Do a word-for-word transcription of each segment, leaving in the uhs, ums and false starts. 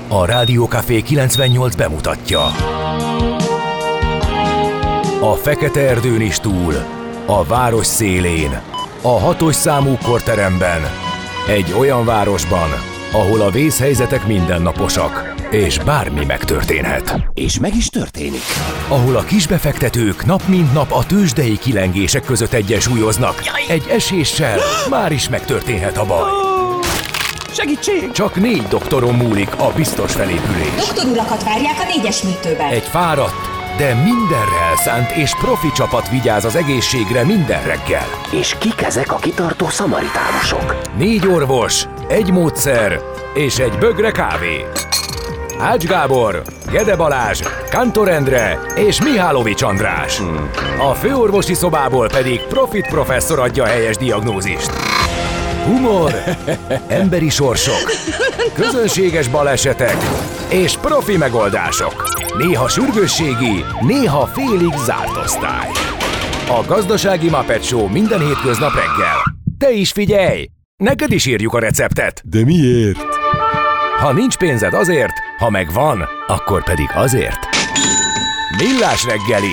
A Rádió Café kilencvennyolc bemutatja. A fekete erdőn is túl, a város szélén, a hatos számú korteremben, egy olyan városban, ahol a vészhelyzetek mindennaposak, és bármi megtörténhet. És meg is történik. Ahol a kisbefektetők nap mint nap a tőzsdei kilengések között egyensúlyoznak. Egy eséssel már is megtörténhet a baj. Segítség! Csak négy doktoron múlik a biztos felépülés. Doktorulakat várják a négyes műtőben. Egy fáradt, de mindenre elszánt és profi csapat vigyáz az egészségre minden reggel. És kik ezek a kitartó szamaritánusok? Négy orvos, egy módszer és egy bögre kávé. Ács Gábor, Gede Balázs, Kántor Endre és Mihálovics András. A főorvosi szobából pedig Profit professzor adja a helyes diagnózist. Humor, emberi sorsok, közönséges balesetek és profi megoldások. Néha sürgősségi, néha félig zárt osztály. A Gazdasági Muppet Show minden hétköznap reggel. Te is figyelj! Neked is írjuk a receptet. De miért? Ha nincs pénzed azért, ha megvan, akkor pedig azért. Millás reggeli.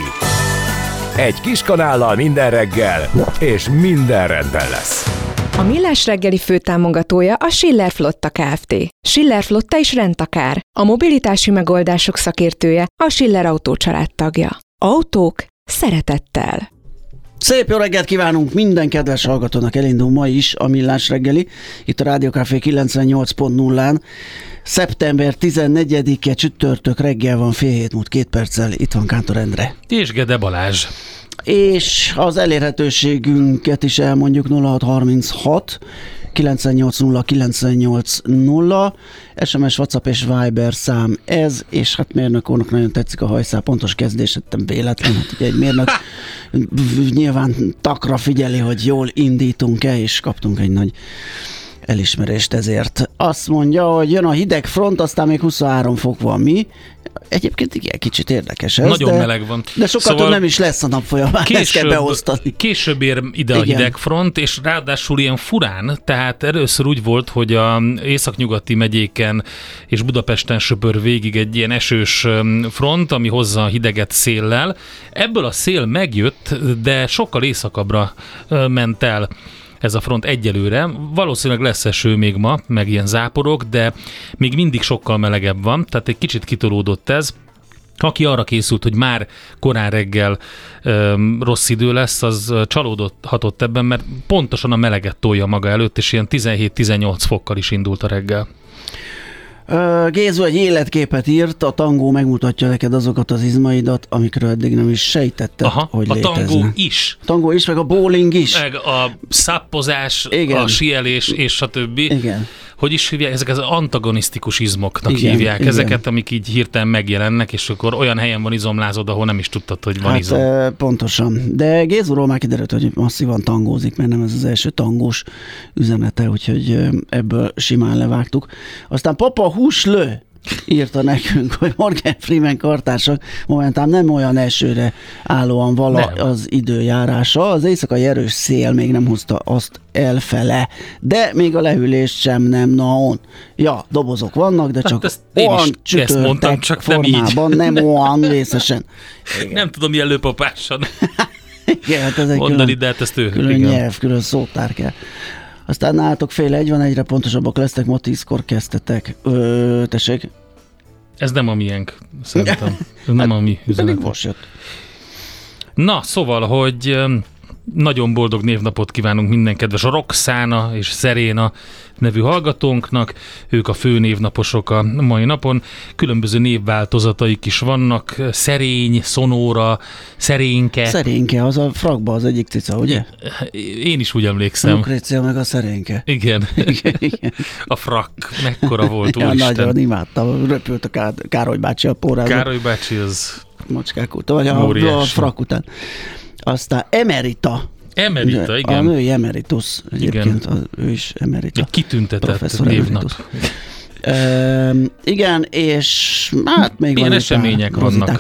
Egy kis kanállal minden reggel, és minden rendben lesz. A Millás reggeli főtámogatója a Schiller Flotta Kft. Schiller Flotta is rendtakár. A mobilitási megoldások szakértője, a Schiller Autó család tagja. Autók szeretettel. Szép jó reggelt kívánunk minden kedves hallgatónak, elindul ma is a Millás reggeli, itt a Rádió Café kilencvennyolc pont nullán. szeptember tizennegyedike csütörtök reggel van, fél hét múlt két perccel, itt van Kántor Endre. És Gede Balázs. És az elérhetőségünket is elmondjuk: nulla hat harminchat kilencvennyolc nulla kilencvennyolc nulla, es em es, WhatsApp és Viber szám ez, és hát mérnök úrnak nagyon tetszik a hajszál, pontos kezdésettem véletlen, hát ugye egy mérnök nyilván takra figyeli, hogy jól indítunk-e, és kaptunk egy nagy elismerést ezért. Azt mondja, hogy jön a hideg front, aztán még huszonhárom fok van. Mi? Egyébként igen, kicsit érdekes ez. Nagyon de, meleg van. De sokkal szóval nem is lesz a nap folyamán, ezt kell beosztani. Később ér ide a igen. hidegfront, és ráadásul ilyen furán, tehát először úgy volt, hogy a északnyugati megyéken és Budapesten söpör végig egy ilyen esős front, ami hozza a hideget széllel. Ebből a szél megjött, de sokkal északabbra ment el ez a front egyelőre. Valószínűleg lesz eső még ma, meg ilyen záporok, de még mindig sokkal melegebb van, tehát egy kicsit kitolódott ez. Aki arra készült, hogy már korán reggel öm, rossz idő lesz, az csalódhatott ebben, mert pontosan a meleget tolja maga előtt, és ilyen tizenhét-tizennyolc fokkal is indult a reggel. Gézu egy életképet írt, a tangó megmutatja neked azokat az izmaidat, amikről eddig nem is sejtetted, Aha, hogy a léteznek. tangó is. A tangó is, meg a bowling is. Meg a szappozás, igen. A síelés és a többi. Igen. Hogy is hívják? Ezek az antagonisztikus izmoknak igen, hívják. igen. Ezeket, amik így hirtelen megjelennek, és akkor olyan helyen van izomlázod, ahol nem is tudtad, hogy van hát, izom. E, pontosan. De Gézuról már kiderült, hogy masszívan tangózik, mert nem ez az első tangós üzenete, úgyhogy ebből simán levágtuk. Aztán Papa Húslő írta nekünk, hogy Morgan Freeman kartársak momentán nem olyan esőre állóan vala nem. Az időjárása. Az éjszakai erős szél még nem hozta azt elfele, de még a lehűlést sem nem naon. Ja, dobozok vannak, de csak hát olyan csütörtek csak formában, nem, nem olyan vészesen. Igen. Nem tudom ilyen lőpapásan igen, hát ez egy mondani, külön, de hát ezt ő. külön igen. nyelv, külön szótár kell. Aztán nálatok fél egy van, egyre pontosabbak lesztek, ma tízkor kezdtetek. Ö, tessék? Ez nem a miénk, szerintem. Ez nem hát, a mi üzenet. Most jött. Na, szóval, hogy nagyon boldog névnapot kívánunk minden kedves Roxana és Szeréna nevű hallgatónknak. Ők a fő névnaposok a mai napon. Különböző névváltozataik is vannak. Szerény, Szonóra, Szerénke. Szerénke, az a frakba az egyik cica, ugye? Én is úgy emlékszem. Lukrécia meg a Szerénke. Igen. igen, igen. A frak mekkora volt, ja, úristen. nagyon imádtam. Röpült a Ká- Károly bácsi a pórába. Károly bácsi az... Macskák után, vagy a, a frak után. Aztán Emerita. Emerita, ugye, igen. A női emeritus, egyébként igen. A, ő is emerita. Egy kitüntetett Professzor névnap. Uh, igen, és hát még milyen van események pár vannak? roziták.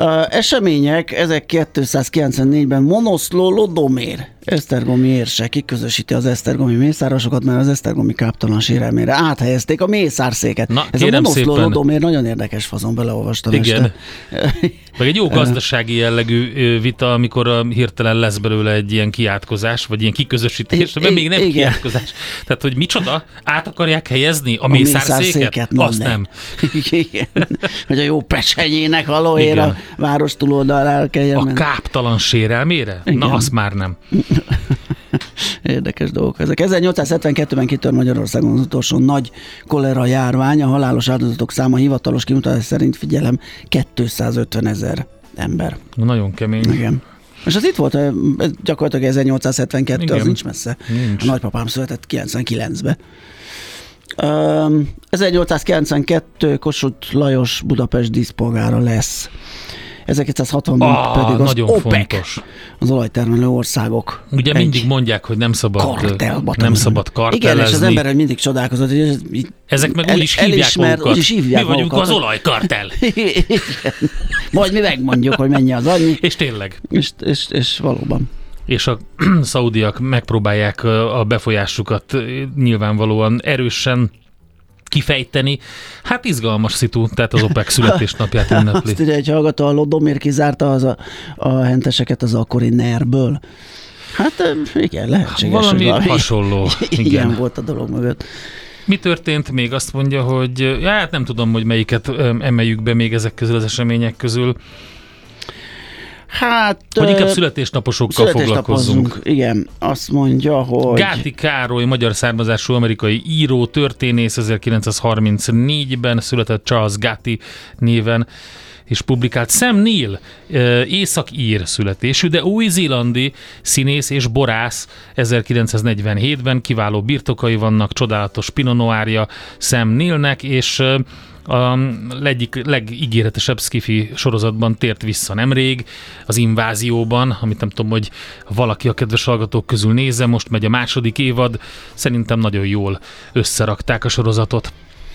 Uh, események ezerkétszázkilencvennégyben Monoszló Lodomér esztergomi érse kiközösíti az esztergomi mészárosokat, mert az esztergomi káptalan sérelmére áthelyezték a mészárszéket. Na, ez a Monoszló Lodomér nagyon érdekes fazon, beleolvastam. Igen. Este. Meg egy jó gazdasági jellegű vita, amikor a hirtelen lesz belőle egy ilyen kiátkozás, vagy ilyen kiközösítés, mert még nem igen. kiátkozás. Tehát, hogy micsoda? Át akarják helyezni a, a mészárszéket? Azt nem. Igen. Hogy a jó pecsenyének valóért a város túloldalára kelljen A menni. káptalan sérelmére? Igen. Na, azt már nem. Érdekes dolgok ezek. ezernyolcszázhetvenkettőben kitör Magyarországon az utolsó nagy kolera járvány, a halálos áldozatok száma hivatalos kimutatás szerint, figyelem, kétszázötvenezer ember. Nagyon kemény. Igen. És az itt volt, gyakorlatilag ezernyolcszázhetvenkettő, Igen. az nincs messze. Nincs. A nagypapám született kilencvenkilencben. Um, ezernyolcszázkilencvenkettő Kossuth Lajos Budapest díszpolgára lesz. ezerkétszázhatvanban Ah, pedig az nagyon OPEC, fontos. az olajtermelő országok. Ugye egy mindig mondják, hogy nem szabad, kartelba nem szabad kartellezni. Igen, és az ember mindig csodálkozott, hogy ez, Ezek meg el, úgy is hívják elismer, magukat. úgy is hívják Mi vagyunk magukat. az olajkartel. Igen. Majd mi megmondjuk, hogy mennyi az annyi. És tényleg. És, és, és valóban. És a szaudiak megpróbálják a befolyásukat nyilvánvalóan erősen kifejteni. Hát izgalmas szitu, tehát az OPEC születésnapját ünnepli. Azt ugye egy hallgató, a Lodomér kizárta az a, a henteseket az akkori nerből. Hát igen, lehetséges. Valami hogy hasonló. Igen. Igen. volt a dolog mögött. Mi történt még? Azt mondja, hogy ja, hát nem tudom, hogy melyiket emeljük be még ezek közül az események közül. Hát... Hogy inkább születésnaposokkal foglalkozzunk. Igen, azt mondja, hogy... Gáti Károly, magyar származású amerikai író, történész, ezerkilencszázharmincnégyben született, Charles Gáti néven és publikált. Sam Neill, észak-ír születésű, de új-zélandi színész és borász, ezerkilencszáznegyvenhétben kiváló birtokai vannak, csodálatos Pinot Noirja Sam Neillnek, és a egyik legígéretesebb sci-fi sorozatban tért vissza nemrég, az Invázióban, amit nem tudom, hogy valaki a kedves hallgatók közül nézze, most megy a második évad, szerintem nagyon jól összerakták a sorozatot.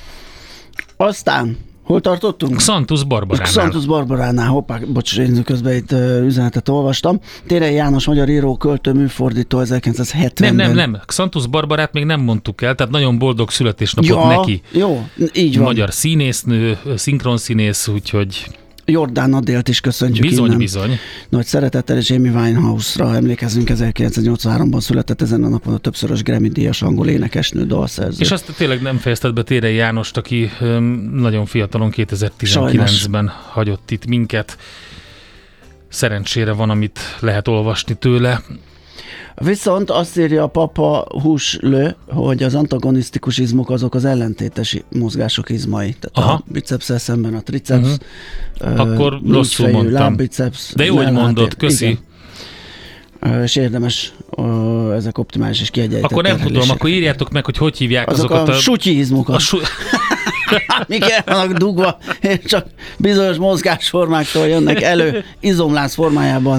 Aztán, hol tartottunk? Xanthus Barbaránál. Xanthus Barbaránál, hoppá, bocs, én közben itt uh, üzenetet olvastam. Térei János, magyar író, költő, műfordító, ezerkilencszázhetvenben. Nem, nem, nem. Xanthus Barbarát még nem mondtuk el, tehát nagyon boldog születésnapot ja, neki. Jó, így van. Magyar színésznő, szinkronszínész, úgyhogy Jordán Adélt is köszöntjük bizony, innen. bizony. Nagy szeretettel, és Amy Winehouse-ra emlékezünk, ezerkilencszáznyolcvanháromban született, ezen a napon a többszörös Grammy-díjas angol énekesnő, dalszerző. És azt tényleg nem fejezted be Térei Jánost, aki öm, nagyon fiatalon kétezer-tizenkilencben Sajnos. hagyott itt minket. Szerencsére van, amit lehet olvasni tőle. Viszont azt írja a Papa Huslő, hogy az antagonisztikus izmok azok az ellentétes mozgások izmai. Tehát Aha. a bicepsszel szemben a triceps. Uh-huh. Akkor rosszul fejű, mondtam. Lábbiceps, de jó, hogy mondod, köszi. Igen. És érdemes uh, ezek optimális és kiegyenlített. Akkor nem tudom, akkor írjátok meg, hogy hogy hívják azok azokat a... a... sutyi izmokat. A su... Amik el vannak dugva, és csak bizonyos mozgásformáktól jönnek elő, izomláz formájában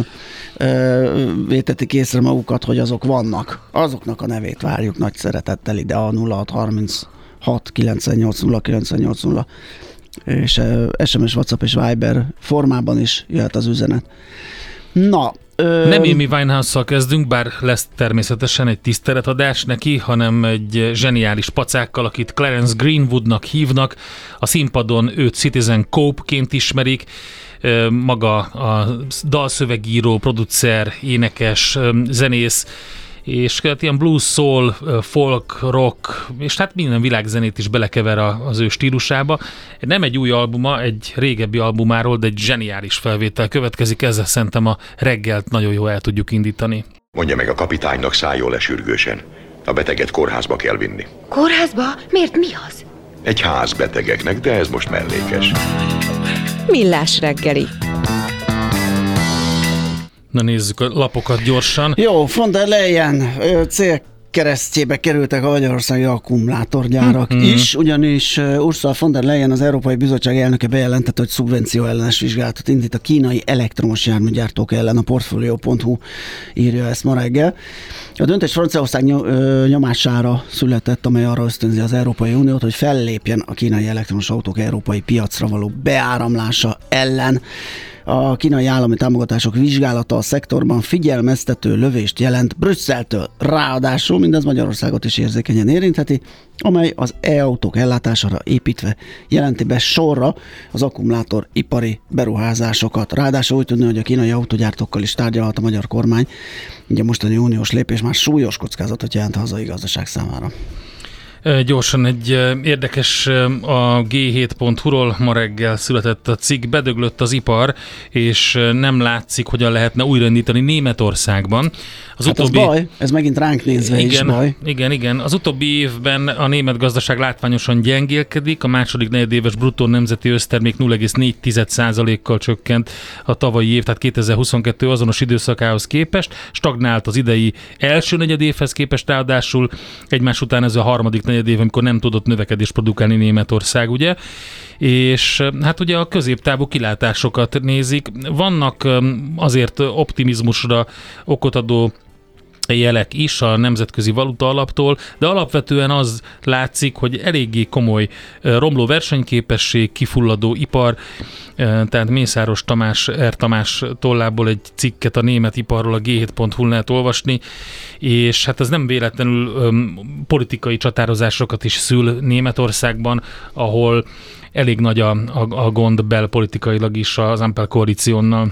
vétetik észre magukat, hogy azok vannak. Azoknak a nevét várjuk nagy szeretettel ide a nulla hat harminchat kilencvennyolc nulla kilencvennyolc nulla és es em es, WhatsApp és Viber formában is jöhet az üzenet. Na, Ö... Nem Amy Winehouse-szal kezdünk, bár lesz természetesen egy tiszteletadás neki, hanem egy zseniális pacákkal, akit Clarence Greenwoodnak hívnak. A színpadon őt Citizen Cope-ként ismerik, maga a dalszövegíró, producer, énekes, zenész, és hát ilyen blues, soul, folk, rock, és hát minden világzenét is belekever az ő stílusába. Nem egy új albuma, egy régebbi albumáról, de egy zseniális felvétel következik, ezzel szerintem a reggelt nagyon jól el tudjuk indítani. Mondja meg a kapitánynak, szálljon le sürgősen. A beteget kórházba kell vinni. Kórházba? Miért, mi az? Egy ház betegeknek, de ez most mellékes. Millás reggeli. Na nézzük a lapokat gyorsan. Jó, von der Leyen célkeresztjébe kerültek a magyarországi akkumulátorgyárak mm-hmm. is, ugyanis Ursula von der Leyen, az Európai Bizottság elnöke bejelentette, hogy szubvenció ellenes vizsgálatot indít a kínai elektromos járműgyártók ellen. A Portfolio pont hu írja ezt ma reggel. A döntés Franciaország nyomására született, amely arra ösztönzi az Európai Uniót, hogy fellépjen a kínai elektromos autók európai piacra való beáramlása ellen. A kínai állami támogatások vizsgálata a szektorban figyelmeztető lövést jelent Brüsszeltől. Ráadásul mindez Magyarországot is érzékenyen érintheti, amely az e-autók ellátására építve jelenti be sorra az akkumulátoripari beruházásokat. Ráadásul úgy tűnő, hogy a kínai autógyártókkal is tárgyalhat a magyar kormány. Ugye mostani uniós lépés már súlyos kockázatot jelent a hazai gazdaság számára. Gyorsan egy érdekes a gé hét pont hu-ról ma reggel született a cikk, bedöglött az ipar, és nem látszik, hogyan lehetne újraindítani Németországban. Az hát utóbbi... az baj, ez megint ránk nézve igen, is baj. Igen, igen. Az utóbbi évben a német gazdaság látványosan gyengélkedik, a második negyedéves bruttó nemzeti össztermék nulla egész négy százalékkal csökkent a tavalyi év, tehát kétezer-huszonkettő azonos időszakához képest, stagnált az idei első negyedévhez képest, ráadásul egymás után ez a harmadik negyedév, amikor nem tudott növekedést produkálni Németország, ugye? És hát ugye a középtávú kilátásokat nézik. Vannak azért optimizmusra okot adó jelek is a Nemzetközi Valuta Alaptól, de alapvetően az látszik, hogy eléggé komoly romló versenyképesség, kifulladó ipar, tehát Mészáros Tamás, R. Tamás tollából egy cikket a német iparról a gé hét pont hu-n lehet olvasni, és hát ez nem véletlenül um, politikai csatározásokat is szül Németországban, ahol elég nagy a, a, a gond belpolitikailag is az Ampel-koalíciónnal.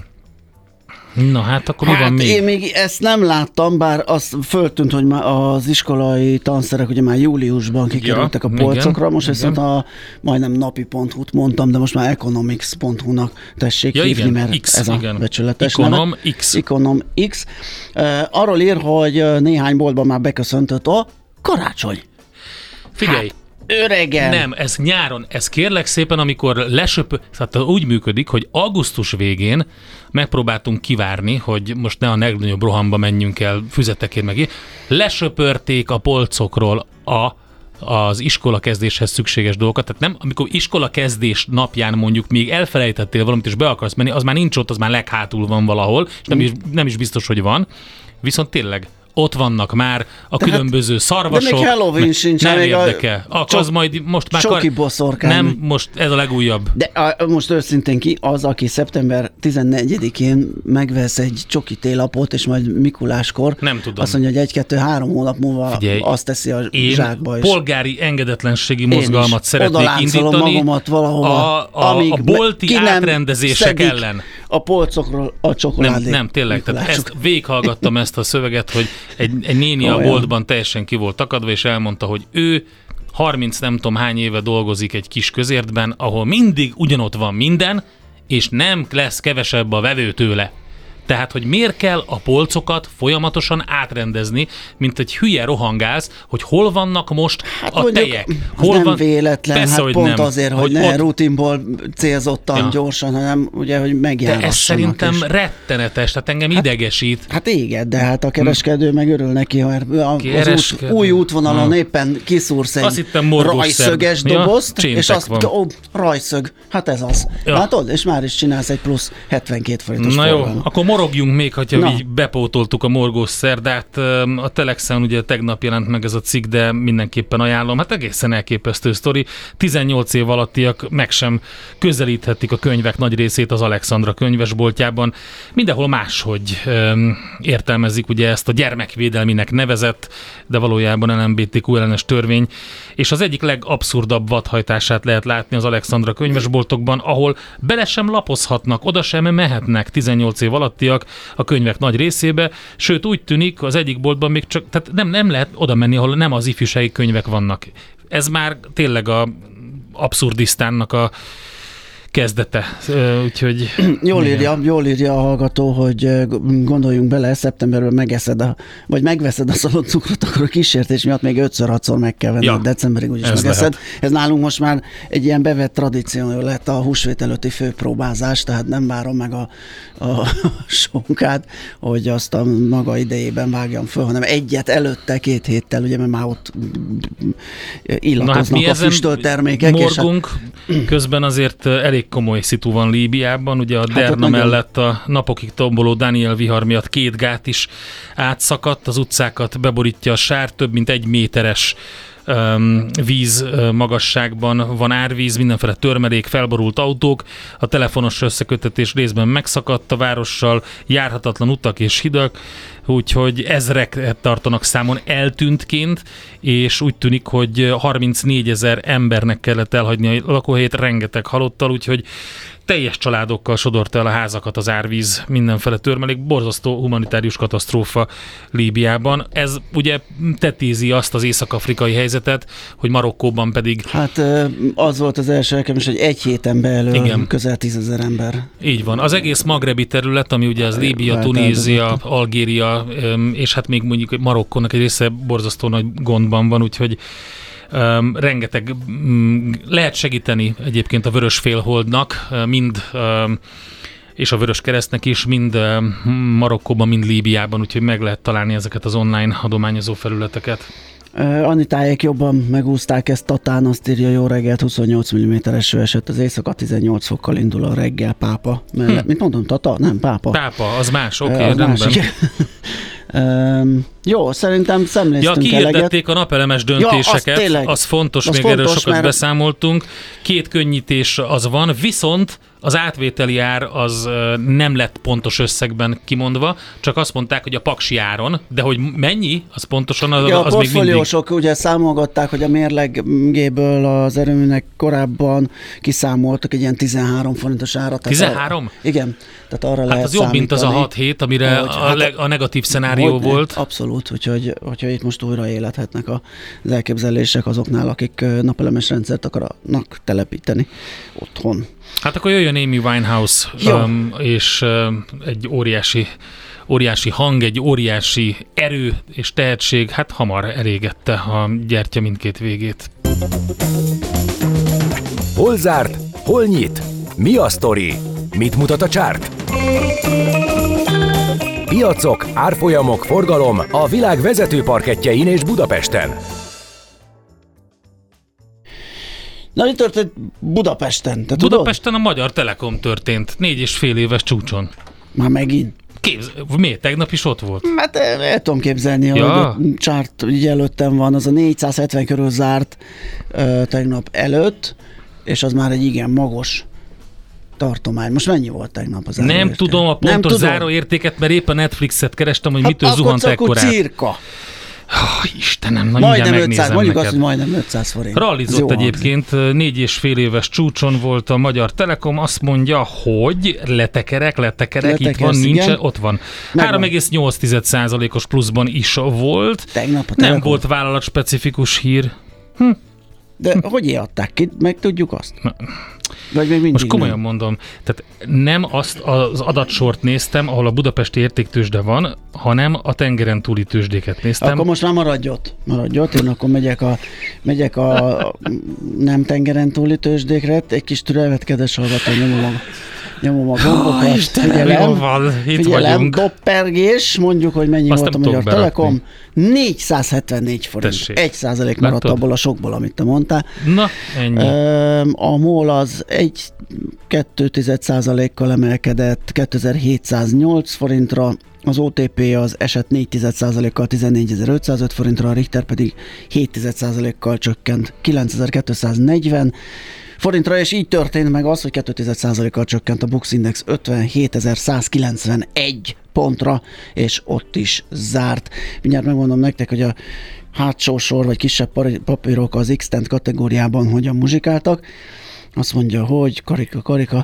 Na hát akkor hát mi van még? Én még ezt nem láttam, bár az föltűnt, hogy már az iskolai tanszerek ugye már júliusban kikerültek ja, a polcokra, igen, most viszont a majdnem napi pont hu-t mondtam, de most már economics pont hu-nak tessék ja, hívni, igen, mert X, ez igen. a becsületes Econom neve. X. Econom X. Uh, arról ír, hogy néhány boltban már beköszöntött a karácsony. Figyelj! Hát, öregen. Nem, ez nyáron, ez kérlek szépen, amikor lesöp, tehát úgy működik, hogy augusztus végén megpróbáltunk kivárni, hogy most ne a legnagyobb rohamba menjünk el füzetekért meg. Lesöpörték a polcokról a az iskola kezdéshez szükséges dolgokat. Tehát nem, amikor iskola kezdés napján mondjuk még elfelejtettél valamit, és be akarsz menni, az már nincs ott, az már leghátul van valahol, és nem is, nem is biztos, hogy van. Viszont tényleg ott vannak már a de különböző hát, szarvasok. De még Halloween sincs. Nem még érdekel. A Akkor az majd most már... Csoki boszorkány. Nem, most ez a legújabb. De a, most őszintén ki, az, aki szeptember tizennegyedikén megvesz egy csoki télapot, és majd Mikuláskor nem tudom. Azt mondja, hogy egy-kettő-három hónap múlva Figyelj, azt teszi a én zsákba. polgári engedetlenségi mozgalmat szeretnék indítani magamat valahova, a, a, a bolti átrendezések ellen. A polcokról a csokoládé. Nem, nem tényleg. Tehát ezt végighallgattam ezt a szöveget, hogy egy, egy néni a boltban teljesen ki volt akadva, és elmondta, hogy ő harminc nem tudom hány éve dolgozik egy kis közértben, ahol mindig ugyanott van minden, és nem lesz kevesebb a vevő tőle. Tehát, hogy miért kell a polcokat folyamatosan átrendezni, mint egy hülye rohangálsz, hogy hol vannak most hát a tejek. Hol nem van... véletlen, Persze, hát hogy pont nem. azért, hogy, hogy ne ott... rutinból célzottan, ja. gyorsan, hanem ugye, hogy megjárassanak. De ez szerintem és... rettenetes, tehát engem hát, idegesít. Hát igen, de hát a kereskedő meg örül neki, ha az út, új útvonalon ha. éppen kiszúrsz egy rajszöges dobozt, ja, és azt, ó, rajszög, hát ez az. Ja. Látod? És már is csinálsz egy plusz hetvenkét forintos Na forgalmat. jó, akkor morogjunk még, hogyha így bepótoltuk a morgós szerdát. A Telexen ugye tegnap jelent meg ez a cikk, de mindenképpen ajánlom. Hát egészen elképesztő sztori. tizennyolc év alattiak meg sem közelíthetik a könyvek nagy részét az Alexandra könyvesboltjában. Mindenhol máshogy um, értelmezik ugye ezt a gyermekvédelminek nevezett, de valójában el em bé té kú ellenes törvény. És az egyik legabszurdabb vadhajtását lehet látni az Alexandra könyvesboltokban, ahol bele sem lapozhatnak, oda sem mehetnek tizennyolc év alattiak a könyvek nagy részébe, sőt úgy tűnik az egyik boltban még csak, tehát nem, nem lehet oda menni, ahol nem az ifjúsági könyvek vannak. Ez már tényleg a abszurdisztánnak a kezdete. Úgyhogy... Jól írja, jól írja a hallgató, hogy gondoljunk bele, szeptemberben megeszed a, vagy megveszed a szalott cukrot, akkor a kísértés miatt még ötször-hatszor meg kell venni, ja, decemberig úgyis ez megeszed. Lehet. Ez nálunk most már egy ilyen bevett tradíció lett, a húsvét előtti főpróbázás, tehát nem várom meg a, a sonkát, hogy azt a maga idejében vágjam föl, hanem egyet előtte, két héttel, ugye, mert már ott illatoznak hát a füstöltermékek. Morgunk, és hát... közben azért elég komoly szitu van Líbiában, ugye a hát Derna mellett a napokig tomboló Daniel vihar miatt két gát is átszakadt, az utcákat beborítja a sár, több mint egy méteres víz magasságban van árvíz, mindenféle törmelék, felborult autók, a telefonos összeköttetés részben megszakadt a várossal, járhatatlan utak és hidak, úgyhogy ezrek tartanak számon eltűntként, és úgy tűnik, hogy harmincnégyezer embernek kellett elhagyni a lakóhelyét, rengeteg halottal, úgyhogy teljes családokkal sodorta el a házakat az árvíz, mindenféle törmelék, borzasztó humanitárius katasztrófa Líbiában. Ez ugye tetézi azt az észak-afrikai helyzetet, hogy Marokkóban pedig... Hát az volt az első elkem is, hogy egy héten belül igen. közel tízezer ember. Így van. Az egész magrebi terület, ami ugye az Líbia, Tunézia, Algéria, és hát még mondjuk Marokkónak egy része borzasztó nagy gondban van, úgyhogy Um, rengeteg um, lehet segíteni egyébként a Vörös Félholdnak, uh, mind um, és a Vörös Keresztnek is, mind uh, Marokkóban, mind Líbiában, úgyhogy meg lehet találni ezeket az online adományozó felületeket. Uh, Annitáék jobban megúzták ezt Tatán, azt írja, jó reggelt, huszonnyolc milliméter eső esett, az éjszaka tizennyolc fokkal indul a reggel Pápa mellett. Hm. Mint mondom, Tata? Nem, Pápa. Pápa, az más, oké, okay, uh, rendben. Um, jó, szerintem szemléztünk ja, kihirdették a napelemes döntéseket, ja, az, az fontos, az még fontos, erről sokat mert... beszámoltunk. Két könnyítés az van, viszont az átvételi ár az nem lett pontos összegben kimondva, csak azt mondták, hogy a paksi áron, de hogy mennyi, az pontosan az, ja, az még mindig... A portfóliósok ugye számolgatták, hogy a mérlegéből az erőműnek korábban kiszámoltak egy ilyen tizenhárom forintos árat. tizenhárom? A, igen, tehát arra hát lehet az jobb, mint az a hat hét, amire hogy, a, leg, a negatív szenárió hogy, volt. Abszolút, úgyhogy, úgyhogy itt most újra élethetnek az elképzelések azoknál, akik napelemes rendszert akarnak telepíteni otthon. Hát akkor jöjjön Amy Winehouse, um, és um, egy óriási, óriási hang, egy óriási erő és tehetség, hát hamar elégette a gyertya mindkét végét. Hol zárt? Hol nyit? Mi a sztori? Mit mutat a csárt? Piacok, árfolyamok, forgalom a világ vezető parkettjein és Budapesten. Na, mi történt Budapesten? Te Budapesten tudod? A Magyar Telekom történt, négy és fél éves csúcson. Már megint? Képz... Miért? Tegnap is ott volt? Hát el, el tudom képzelni, ja. hogy a csárt így előttem van, az a négyszázhetven körül zárt uh, tegnap előtt, és az már egy igen magos tartomány. Most mennyi volt tegnap az Nem tudom a pontos záróértéket, mert épp a Netflixet kerestem, hogy hát mitől zuhant ekkorát. Cirka. Oh, Istenem, na majdnem mindjárt ötszáz, megnézem mondjuk neked. azt, hogy majdnem ötszáz forint. Rallizott egyébként, négy és fél éves csúcson volt a Magyar Telekom, azt mondja, hogy letekerek, letekerek, Letekersz, itt van, nincs, igen. Ott van. három egész nyolc százalékos pluszban is volt. Tegnap a Nem volt vállalatspecifikus hír. Hm. De hogy adták ki? Meg tudjuk azt? Na. Vagy még Most komolyan nem. mondom, tehát nem azt az adatsort néztem, ahol a budapesti értéktőzsde van, hanem a tengeren túli tőzsdéket néztem. Akkor most már maradj ott. Maradj ott, én akkor megyek a, megyek a nem tengeren túli tőzsdékre, egy kis türelmet, kedves hallgató, nyomom a, nyomom a gombokat. Oh, Istenem, van, itt figyelem, vagyunk. doppergés, mondjuk, hogy mennyi azt volt a Magyar Telekom. négyszázhetvennégy forint. Tessék. Egy százalék maradt Látod? abból a sokból, amit te mondtál. Na, ennyi. A MOL az egy kettő százalékkal emelkedett kétezer-hétszáznyolc forintra, az o té pé az esett négy százalékkal tizennégyezer-ötszázöt forintra, a Richter pedig hét százalékkal csökkent kilencezer-kétszáznegyven forintra, és így történt meg az, hogy kettő százalékkal csökkent a Bux Index ötvenhétezer-százkilencvenegy pontra, és ott is zárt. Mindjárt megmondom nektek, hogy a hátsó sor, vagy kisebb papírok az X-Tent kategóriában hogyan muzsikáltak. Azt mondja, hogy karika, karika,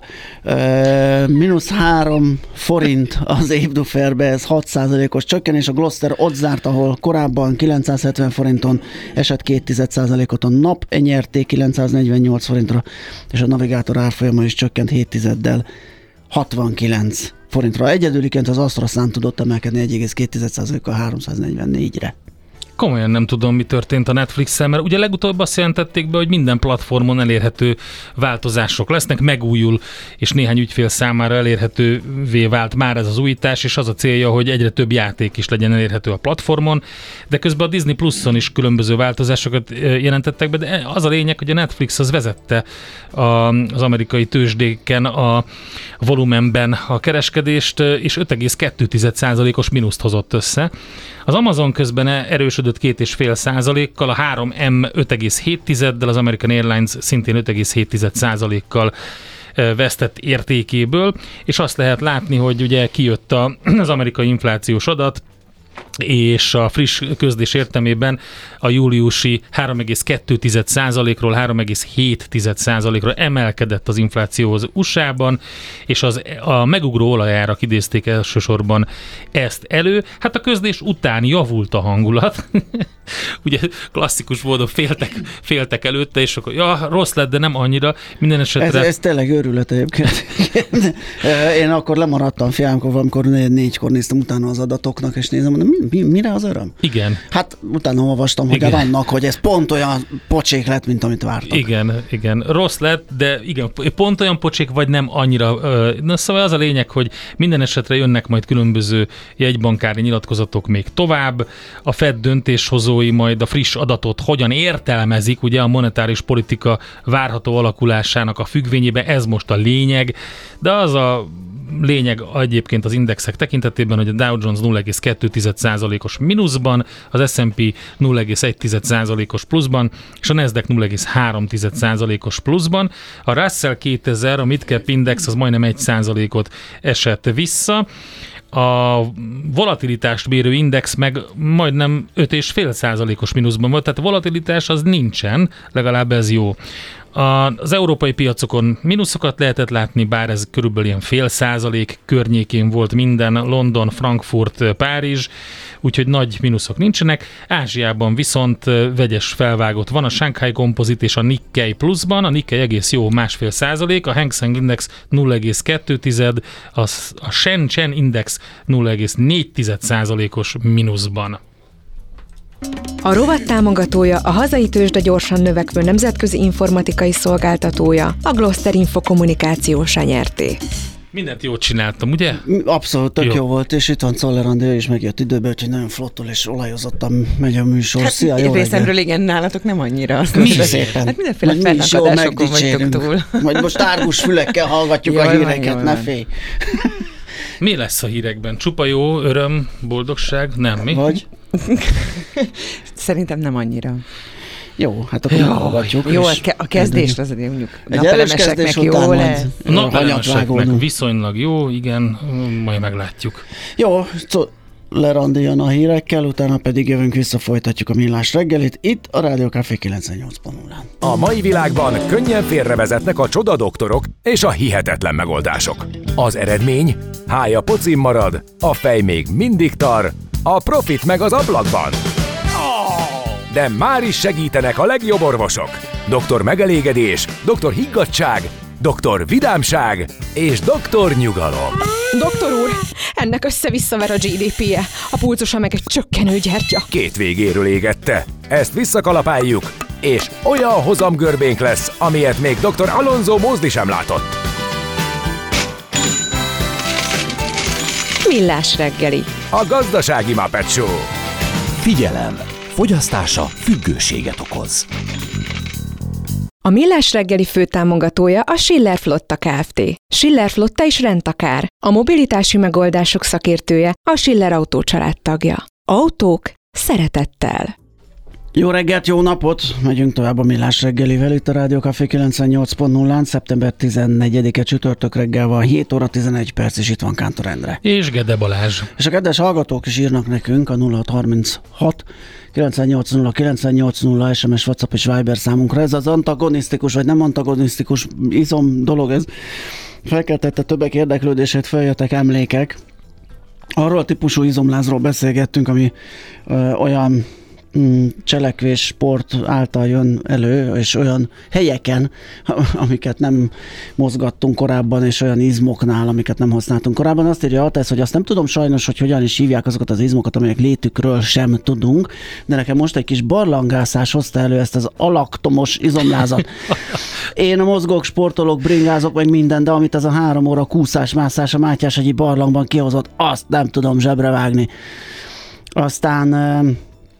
uh, mínusz három forint az Évduferbe, ez hat százalékos csökkenés, a Gloster ott zárt, ahol korábban kilencszázhetven forinton esett két százalékot, a nap enyerté kilencszáznegyvennyolc forintra, és a Navigátor árfolyama is csökkent hét tizeddel hatvankilenc forintra. Egyedüliként az AstraZán tudott emelkedni egy egész két százalékkal háromszáznegyvennégyre. Komolyan nem tudom, mi történt a Netflix-szel, mert ugye legutóbb azt jelentették be, hogy minden platformon elérhető változások lesznek, megújul, és néhány ügyfél számára elérhetővé vált már ez az újítás, és az a célja, hogy egyre több játék is legyen elérhető a platformon, de közben a Disney Pluson is különböző változásokat jelentettek be, de az a lényeg, hogy a Netflix az vezette az amerikai tőzsdéken a volumenben a kereskedést, és öt egész kettő százalékos mínuszt hozott össze. Az Amazon közben erősödött erősödött két egész öt százalékkal, a három M öt egész hét tizeddel, az American Airlines szintén öt egész hét százalékkal vesztett értékéből, és azt lehet látni, hogy ugye kijött a, az amerikai inflációs adat, és a friss közlés értelmében a júliusi három egész kettő százalékról három egész hét százalékra emelkedett az infláció az u es á-ban, és az, a megugró olajárak idézték elsősorban ezt elő. Hát a közlés után javult a hangulat. Ugye klasszikus módon féltek, féltek előtte, és akkor ja, rossz lett, de nem annyira. Minden esetre... Ez, ez tényleg őrület egyébként. Én akkor lemaradtam fiámkor, amikor négykor néztem utána az adatoknak, és nézem, mondom, mi, mi, mire az öröm? Igen. Hát utána olvastam, hogy igen. annak, hogy ez pont olyan pocsék lett, mint amit vártak. Igen, igen. Rossz lett, de igen, pont olyan pocsék, vagy nem annyira. Na, szóval az a lényeg, hogy minden esetre jönnek majd különböző jegybankári nyilatkozatok még tovább. A Fed döntéshozói majd a friss adatot hogyan értelmezik, ugye a monetáris politika várható alakulásának a függvényében, ez most a lényeg, de az a lényeg egyébként az indexek tekintetében, hogy a Dow Jones nulla egész kettő százalékos mínuszban, az es and pé nulla egész egy százalékos pluszban, és a Nasdaq nulla egész három százalékos pluszban. A Russell kétezer, a Midcap Index az majdnem egy százalékot esett vissza. A volatilitást mérő index meg majdnem öt egész öt százalékos mínuszban volt, tehát a volatilitás az nincsen, legalább ez jó. Az európai piacokon mínuszokat lehetett látni, bár ez körülbelül ilyen fél százalék környékén volt minden, London, Frankfurt, Párizs, úgyhogy nagy mínuszok nincsenek. Ázsiában viszont vegyes felvágott van, a Shanghai Composite és a Nikkei pluszban, a Nikkei egész jó másfél százalék, a Hang Seng Index nulla egész kettő, a Shenzhen Index nulla egész négy százalékos mínuszban. A rovat támogatója a hazai tőzsde gyorsan növekvő nemzetközi informatikai szolgáltatója, a Gloster Info Kommunikációs nyerté. Mindent jól csináltam, ugye? Abszolút, tök jó, jó volt, és itt van Czoller Andi, is megjött időben, úgyhogy nagyon flottul és olajozottan megy a műsor. Hát Szia, jó részemről igen, nálatok nem annyira. Azt mi szépen. Hát mindenféle fennakadásokon vagytok túl. Majd most árgus fülekkel hallgatjuk jól a híreket, van, ne félj. Mi lesz a hírekben? Csupa jó, öröm, boldogság? Nem, mi? Vagy? Szerintem nem annyira. Jó, hát akkor hallgatjuk. Jó, a kezdést azért mondjuk napelemeseknek jó lesz. A napelemeseknek viszonylag jó, igen, majd meglátjuk. Jó, Czoller Andi jön a hírekkel, utána pedig jövünk vissza, folytatjuk a millás reggelit, itt a Rádió Café kilencvennyolc pont nullán. A mai világban könnyen félrevezetnek a csodadoktorok és a hihetetlen megoldások. Az eredmény? Hája pocim marad, a fej még mindig tar, a profit meg az ablakban. De már is segítenek a legjobb orvosok. doktor Megelégedés, doktor Higgadtság, doktor Vidámság és doktor Nyugalom. Doktor úr, ennek össze-visszaver a gé dé pé-je, a pulzusa meg egy csökkenő gyertya. Két végéről égette. Ezt visszakalapáljuk, és olyan hozamgörbénk lesz, amilyet még doktor Alonso Mózdi sem látott. Millás reggeli. A gazdasági Muppet Show. Figyelem! Fogyasztása függőséget okoz. A Millás reggeli főtámogatója a Schiller Flotta Kft. Schiller Flotta is rendtakár. A mobilitási megoldások szakértője, a Schiller Autó családtagja. Autók szeretettel. Jó reggelt, jó napot! Megyünk tovább a Millás reggelivel itt a Rádió Café kilencvennyolc pont nullán, szeptember tizennegyedike csütörtök reggel van, hét óra tizenegy perc, és itt van Kántor Endre. És Gede Balázs. És a kedves hallgatók is írnak nekünk a nulla hat harminchat kilencvennyolc nulla kilencvennyolc nulla es em es, WhatsApp és Viber számunkra. Ez az antagonisztikus, vagy nem antagonisztikus izom dolog, ez felkeltette többek érdeklődését, feljöttek emlékek. Arról a típusú izomlázról beszélgettünk, ami ö, olyan cselekvés, sport által jön elő, és olyan helyeken, amiket nem mozgattunk korábban, és olyan izmoknál, amiket nem használtunk korábban. Azt írja Atesz, hogy azt nem tudom sajnos, hogy hogyan is hívják azokat az izmokat, amelyek létükről sem tudunk, de nekem most egy kis barlangászás hozta elő ezt az alaktomos izomlázat. Én mozgok, sportolok, bringázok, meg minden, de amit ez a három óra kúszás, mászás a Mátyás-hegyi barlangban kihozott, azt nem tudom zsebre vágni. Aztán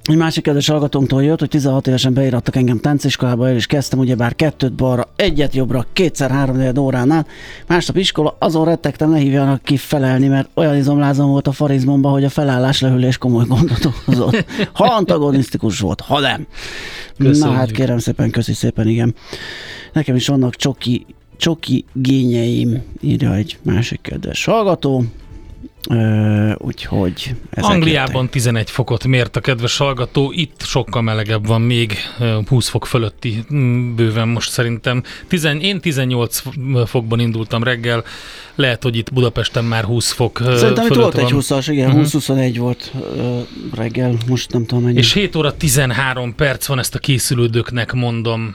Egy másik kedves hallgatónktól jött, hogy tizenhat évesen beirattak engem tánciskolába, el is kezdtem, ugyebár kettőt balra, egyet jobbra, kétszer három órán át. Másnap iskola, azon rettegtem, ne hívjanak ki felelni, mert olyan izomlázom volt a farizmomban, hogy a felállás lehűlés komoly gondot okozott. Ha antagonisztikus volt, ha nem. Köszönjük. Na hát kérem szépen, köszi szépen, igen. Nekem is vannak csoki, csoki gényeim, írja egy másik kedves hallgató. Uh, úgyhogy Angliában jöttek. tizenegy fokot mért a kedves hallgató, itt sokkal melegebb van, még húsz fok fölötti bőven most szerintem. Tizen, én tizennyolc fokban indultam reggel, lehet, hogy itt Budapesten már húsz fok szerintem itt volt van. egy húszas, igen, uh-huh. húsz-huszonegy volt uh, reggel, most nem tudom mennyi. És hét óra tizenhárom perc van, ezt a készülődőknek mondom.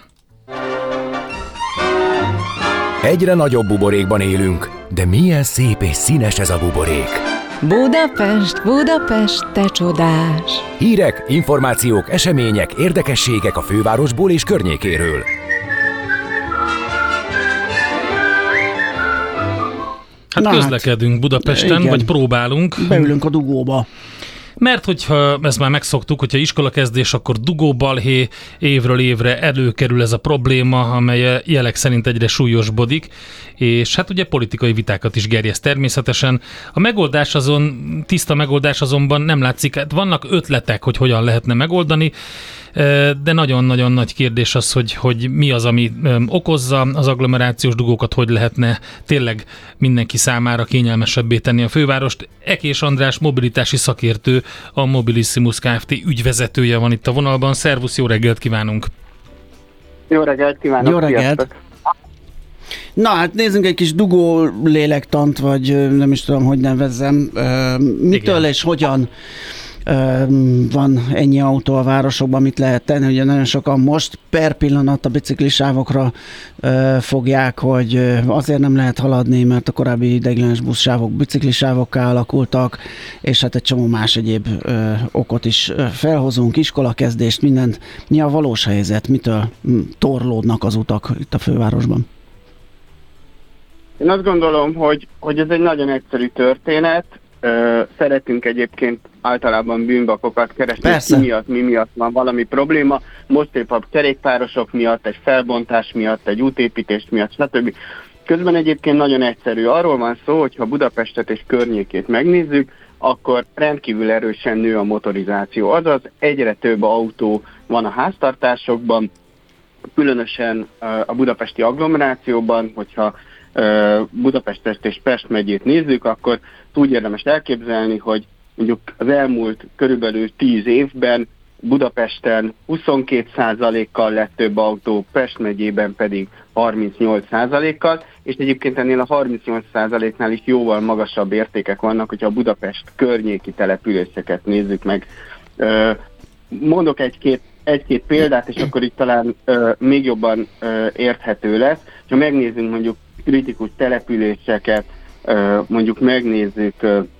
Egyre nagyobb buborékban élünk, de milyen szép és színes ez a buborék. Budapest, Budapest, te csodás! Hírek, információk, események, érdekességek a fővárosból és környékéről. Hát Na közlekedünk hát, Budapesten, igen. vagy próbálunk. Beülünk a dugóba. Mert hogyha ezt már megszoktuk, hogyha iskolakezdés, akkor dugóbalhé, évről évre előkerül ez a probléma, amely jelek szerint egyre súlyosbodik, és hát ugye politikai vitákat is gerjeszt természetesen. A megoldás azon, tiszta megoldás azonban nem látszik, hát vannak ötletek, hogy hogyan lehetne megoldani, de nagyon-nagyon nagy kérdés az, hogy, hogy mi az, ami okozza az agglomerációs dugókat, hogy lehetne tényleg mindenki számára kényelmesebbé tenni a fővárost. Ekés András mobilitási szakértő, a Mobilissimus Kft. Ügyvezetője van itt a vonalban. Szervusz, jó reggelt kívánunk! Jó reggelt kívánok! Jó reggelt! Sziasztok. Na hát nézzünk egy kis dugó lélektant, vagy nem is tudom, hogy nevezzem. Mitől Igen. és hogyan van ennyi autó a városokban, mit lehet tenni? Ugye nagyon sokan most per pillanat a biciklisávokra fogják, hogy azért nem lehet haladni, mert a korábbi ideiglenes buszsávok biciklisávokká alakultak, és hát egy csomó más egyéb okot is felhozunk, iskolakezdést, mindent. Mi a valós helyzet? Mitől torlódnak az utak itt a fővárosban? Én azt gondolom, hogy, hogy ez egy nagyon egyszerű történet. Szeretünk egyébként általában bűnbakokat keresni, Persze. mi miatt, mi miatt van valami probléma. Most épp a kerékpárosok miatt, egy felbontás miatt, egy útépítés miatt, stb. Közben egyébként nagyon egyszerű. Arról van szó, hogy ha Budapestet és környékét megnézzük, akkor rendkívül erősen nő a motorizáció. Azaz egyre több autó van a háztartásokban, különösen a budapesti agglomerációban, hogyha Budapestet és Pest megyét nézzük, akkor úgy érdemes elképzelni, hogy mondjuk az elmúlt körülbelül tíz évben Budapesten huszonkét százalékkal lett több autó, Pest megyében pedig harmincnyolc százalékkal, és egyébként ennél a harmincnyolc százaléknál is jóval magasabb értékek vannak, hogyha a Budapest környéki településeket nézzük meg. Mondok egy-két, egy-két példát, és akkor itt talán még jobban érthető lesz. Ha megnézzünk mondjuk kritikus településeket, mondjuk megnézzük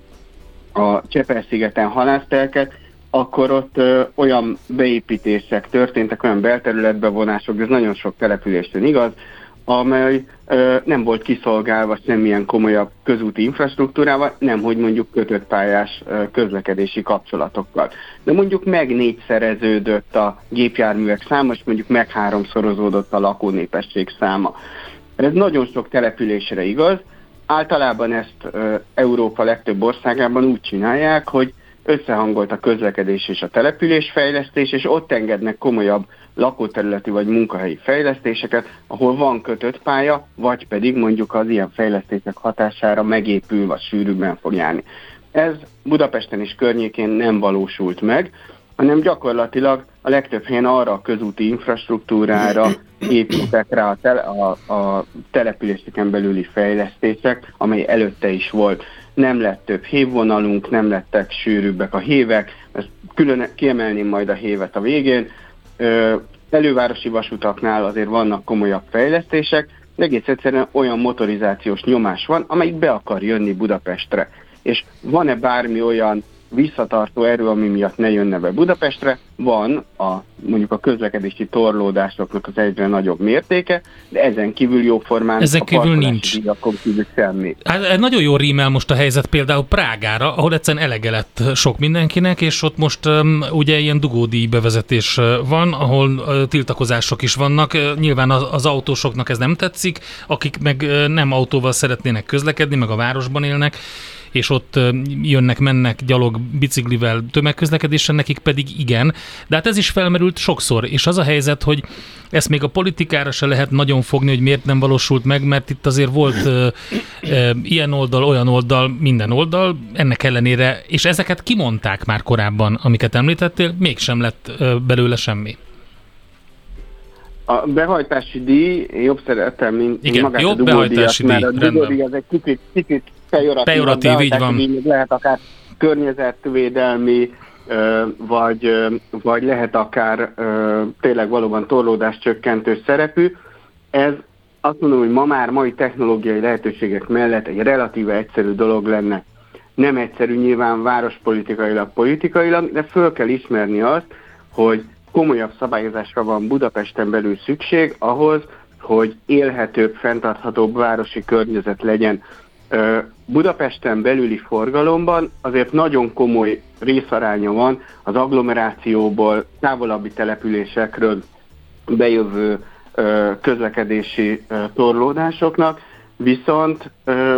a Csepel-szigeten Halásztelket, akkor ott olyan beépítések történtek, olyan belterületbevonások, ez nagyon sok településen igaz, amely nem volt kiszolgálva semmilyen komolyabb közúti infrastruktúrával, nemhogy mondjuk kötött pályás közlekedési kapcsolatokkal. De mondjuk meg négyszereződött a gépjárművek száma, és mondjuk meg háromszorozódott a lakónépesség száma. Ez nagyon sok településre igaz. Általában ezt e, Európa legtöbb országában úgy csinálják, hogy összehangolt a közlekedés és a településfejlesztés, és ott engednek komolyabb lakóterületi vagy munkahelyi fejlesztéseket, ahol van kötött pálya, vagy pedig mondjuk az ilyen fejlesztések hatására megépül, vagy sűrűbben fog járni. Ez Budapesten és környékén nem valósult meg, hanem gyakorlatilag a legtöbb helyen arra a közúti infrastruktúrára építettek rá a, tele, a, a településeken belüli fejlesztések, amely előtte is volt. Nem lett több hévvonalunk, nem lettek sűrűbbek a hévek, ezt külön kiemelném majd a hévet a végén. Ö, elővárosi vasutaknál azért vannak komolyabb fejlesztések, de egész egyszerűen olyan motorizációs nyomás van, amelyik be akar jönni Budapestre. És van-e bármi olyan visszatartó erő, ami miatt ne jönne be Budapestre. Van a, mondjuk a közlekedési torlódásoknak az egyre nagyobb mértéke, de ezen kívül jóformán ezen a kívül nincs. Díjakon kívül semmi. Hát nagyon jó rímel most a helyzet például Prágára, ahol egyszerűen elege lett sok mindenkinek, és ott most um, ugye ilyen dugódíj bevezetés van, ahol uh, tiltakozások is vannak. Uh, nyilván az, az autósoknak ez nem tetszik, akik meg uh, nem autóval szeretnének közlekedni, meg a városban élnek, és ott jönnek, mennek gyalog, biciklivel, tömegközlekedésen, nekik pedig igen. De hát ez is felmerült sokszor, és az a helyzet, hogy ezt még a politikára se lehet nagyon fogni, hogy miért nem valósult meg, mert itt azért volt ö, ö, ilyen oldal, olyan oldal, minden oldal, ennek ellenére, és ezeket kimondták már korábban, amiket említettél, mégsem lett ö, belőle semmi. A behajtási díj jobb szeretem, mint igen, magát jobb a behajtási dugódíjat, díj, mert a dugódíj az egy kicsit, kicsit pejoratív, pejoratív így van. Díj, lehet akár környezetvédelmi, vagy, vagy lehet akár tényleg valóban torlódás csökkentő szerepű. Ez azt mondom, hogy ma már mai technológiai lehetőségek mellett egy relatíve egyszerű dolog lenne. Nem egyszerű nyilván várospolitikailag, politikailag, de föl kell ismerni azt, hogy komolyabb szabályozásra van Budapesten belül szükség ahhoz, hogy élhetőbb, fenntarthatóbb városi környezet legyen. Budapesten belüli forgalomban azért nagyon komoly részaránya van az agglomerációból, távolabbi településekről bejövő közlekedési torlódásoknak, viszont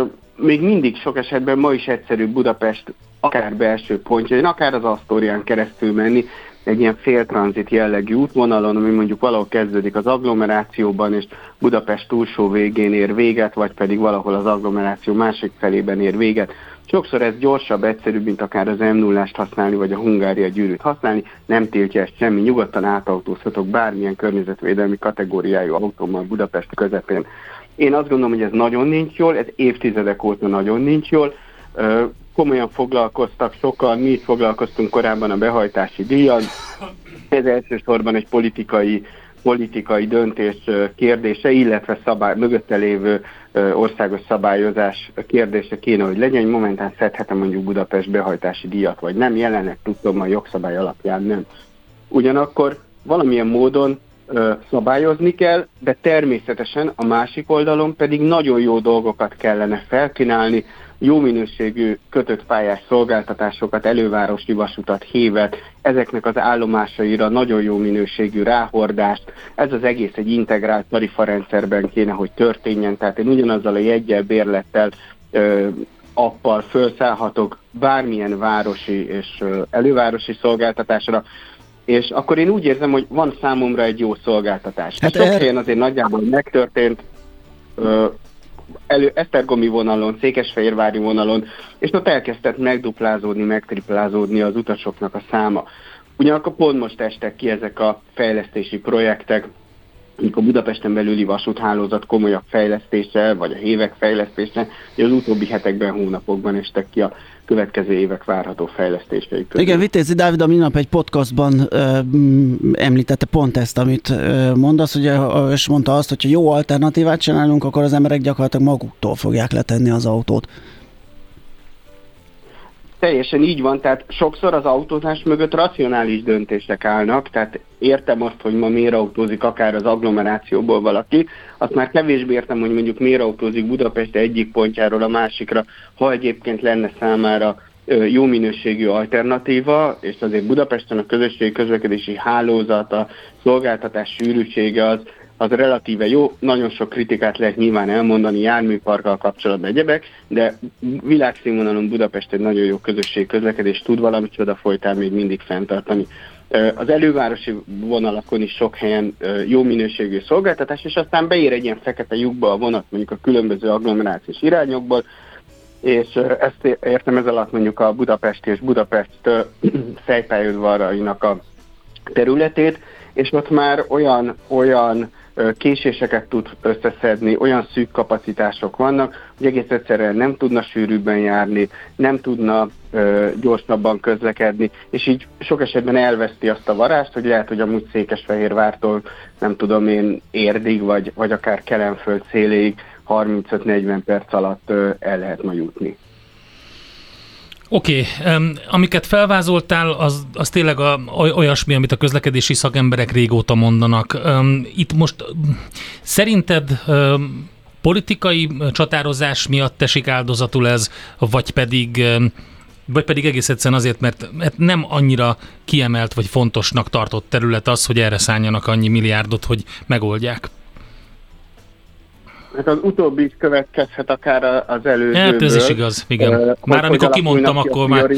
még mindig sok esetben ma is egyszerű Budapest akár belső pontjain, akár az Asztórián keresztül menni, egy ilyen féltranzit jellegű útvonalon, ami mondjuk valahol kezdődik az agglomerációban, és Budapest túlsó végén ér véget, vagy pedig valahol az agglomeráció másik felében ér véget. Sokszor ez gyorsabb, egyszerűbb, mint akár az em nullást használni, vagy a Hungária gyűrűt használni, nem tiltja ezt semmi, nyugodtan átautózhatok bármilyen környezetvédelmi kategóriájú autómmal Budapest közepén. Én azt gondolom, hogy ez nagyon nincs jól, ez évtizedek óta nagyon nincs jól, komolyan foglalkoztak sokan, mi is foglalkoztunk korábban a behajtási díjjal. Ez elsősorban egy politikai, politikai döntés kérdése, illetve szabály, mögötte lévő országos szabályozás kérdése kéne, hogy legyen, hogy momentán szedhetem mondjuk Budapest behajtási díjat, vagy nem, jelenleg tudom, a jogszabály alapján nem. Ugyanakkor valamilyen módon ö, szabályozni kell, de természetesen a másik oldalon pedig nagyon jó dolgokat kellene felkínálni, jó minőségű kötött pályás szolgáltatásokat, elővárosi vasutat, hévet, ezeknek az állomásaira nagyon jó minőségű ráhordást. Ez az egész egy integrált tarifarendszerben kéne, hogy történjen, tehát én ugyanazzal a jeggyel, bérlettel, ö, appal felszállhatok bármilyen városi és ö, elővárosi szolgáltatásra, és akkor én úgy érzem, hogy van számomra egy jó szolgáltatás. Hát sok er... helyen azért nagyjából megtörtént, ö, elő esztergomi vonalon, székesfehérvári vonalon, és ott elkezdett megduplázódni, megtriplázódni az utasoknak a száma. Ugyanakkor pont most estek ki ezek a fejlesztési projektek, a Budapesten belüli vasúthálózat komolyabb fejlesztése, vagy a hévek fejlesztése, hogy az utóbbi hetekben, hónapokban estek ki a következő évek várható fejlesztései közül. Igen, Vitézi Dávid a minap egy podcastban ö, említette pont ezt, amit ö, mondasz, ugye, és mondta azt, hogy ha jó alternatívát csinálunk, akkor az emberek gyakorlatilag maguktól fogják letenni az autót. Teljesen így van, tehát sokszor az autózás mögött racionális döntések állnak, tehát értem azt, hogy ma miért autózik akár az agglomerációból valaki, azt már kevésbé értem, hogy mondjuk miért autózik Budapest egyik pontjáról a másikra, ha egyébként lenne számára jó minőségű alternatíva, és azért Budapesten a közösségi közlekedési hálózat, a szolgáltatás sűrűsége az az relatíve jó, nagyon sok kritikát lehet nyilván elmondani járműparkkal kapcsolatban egyebek, de világszínvonalon Budapest egy nagyon jó közösségi közlekedés tud valami csoda folytán még mindig fenntartani. Az elővárosi vonalakon is sok helyen jó minőségű szolgáltatás, és aztán beér egy ilyen fekete lyukba a vonat mondjuk a különböző agglomerációs irányokból, és ezt értem ez alatt mondjuk a Budapest és Budapest fejpályaudvarainak a területét, és ott már olyan, olyan késéseket tud összeszedni, olyan szűk kapacitások vannak, hogy egész egyszerűen nem tudna sűrűbben járni, nem tudna ö, gyorsabban közlekedni, és így sok esetben elveszti azt a varást, hogy lehet, hogy amúgy Székesfehérvártól, nem tudom én, Érdig, vagy, vagy akár Kelenföld széléig harmincöt-negyven perc alatt ö, el lehet majd jutni. Oké, okay. um, amiket felvázoltál, az, az tényleg a, olyasmi, amit a közlekedési szakemberek régóta mondanak. Um, itt most um, szerinted um, politikai csatározás miatt esik áldozatul ez, vagy pedig, um, vagy pedig egész egyszerűen azért, mert, mert nem annyira kiemelt vagy fontosnak tartott terület az, hogy erre szálljanak annyi milliárdot, hogy megoldják? Hát az utóbbi is következhet akár az előzőből. Hát ez is igaz, igen. Uh, már hogy, amikor hogy kimondtam, akkor már...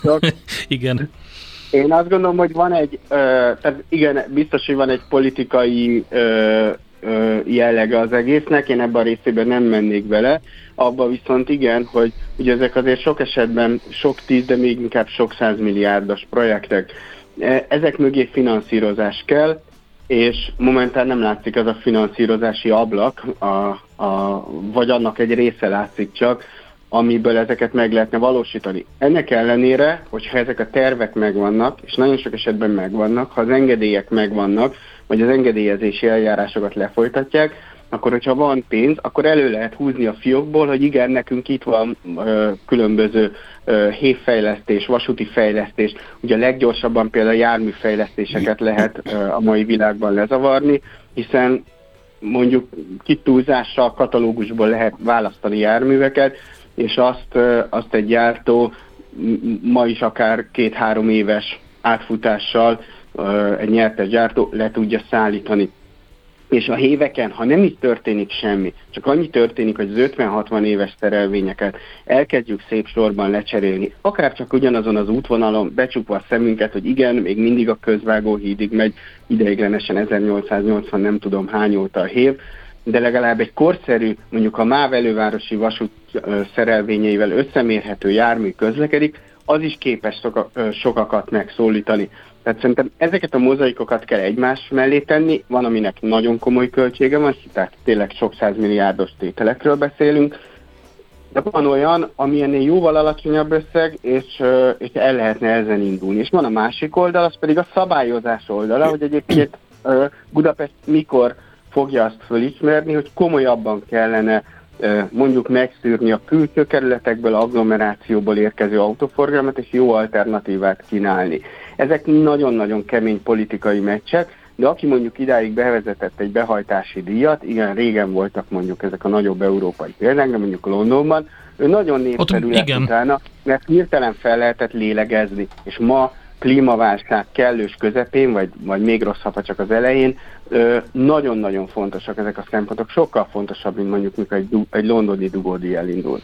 Igen. Én azt gondolom, hogy van egy, uh, tehát igen, biztos, hogy van egy politikai uh, uh, jellege az egésznek, én ebben a részében nem mennék bele, abban viszont igen, hogy ugye ezek azért sok esetben sok tíz, de még inkább sok százmilliárdos projektek. Ezek mögé finanszírozás kell, és momentán nem látszik az a finanszírozási ablak, a, a, vagy annak egy része látszik csak, amiből ezeket meg lehetne valósítani. Ennek ellenére, hogyha ezek a tervek megvannak, és nagyon sok esetben megvannak, ha az engedélyek megvannak, vagy az engedélyezési eljárásokat lefolytatják, akkor hogyha van pénz, akkor elő lehet húzni a fiókból, hogy igen, nekünk itt van ö, különböző ö, hévfejlesztés, vasúti fejlesztés, ugye leggyorsabban például járműfejlesztéseket lehet ö, a mai világban lezavarni, hiszen mondjuk kitúlzással katalógusból lehet választani járműveket, és azt, ö, azt egy gyártó ma is akár két-három éves átfutással ö, egy nyertes gyártó le tudja szállítani. És a héveken, ha nem is történik semmi, csak annyi történik, hogy az ötven-hatvan éves szerelvényeket elkezdjük szép sorban lecserélni, akár csak ugyanazon az útvonalon becsukva a szemünket, hogy igen, még mindig a Közvágóhídig megy, ideiglenesen ezernyolcszáznyolcvan nem tudom hány óta a hév, de legalább egy korszerű, mondjuk a MÁV elővárosi vasút szerelvényeivel összemérhető jármű közlekedik, az is képes soka, sokakat megszólítani. Tehát szerintem ezeket a mozaikokat kell egymás mellé tenni, van, aminek nagyon komoly költsége van, tehát tényleg sok százmilliárdos tételekről beszélünk, de van olyan, ami ennél jóval alacsonyabb összeg, és, és el lehetne ezen indulni. És van a másik oldal, az pedig a szabályozás oldala, hogy egyébként Budapest mikor fogja azt fölismerni, hogy komolyabban kellene mondjuk megszűrni a külső kerületekből, agglomerációból érkező autóforgalmat, és jó alternatívát kínálni. Ezek nagyon-nagyon kemény politikai meccsek, de aki mondjuk idáig bevezetett egy behajtási díjat, igen, régen voltak mondjuk ezek a nagyobb európai példák, de mondjuk Londonban, ő nagyon népszerű lett utána, mert hirtelen fel lehetett lélegezni, és ma klímaválság kellős közepén, vagy, vagy még rosszabb, ha csak az elején, ö, nagyon-nagyon fontosak ezek a szempontok, sokkal fontosabb, mint mondjuk mikor egy, du- egy londoni dugódíj elindul.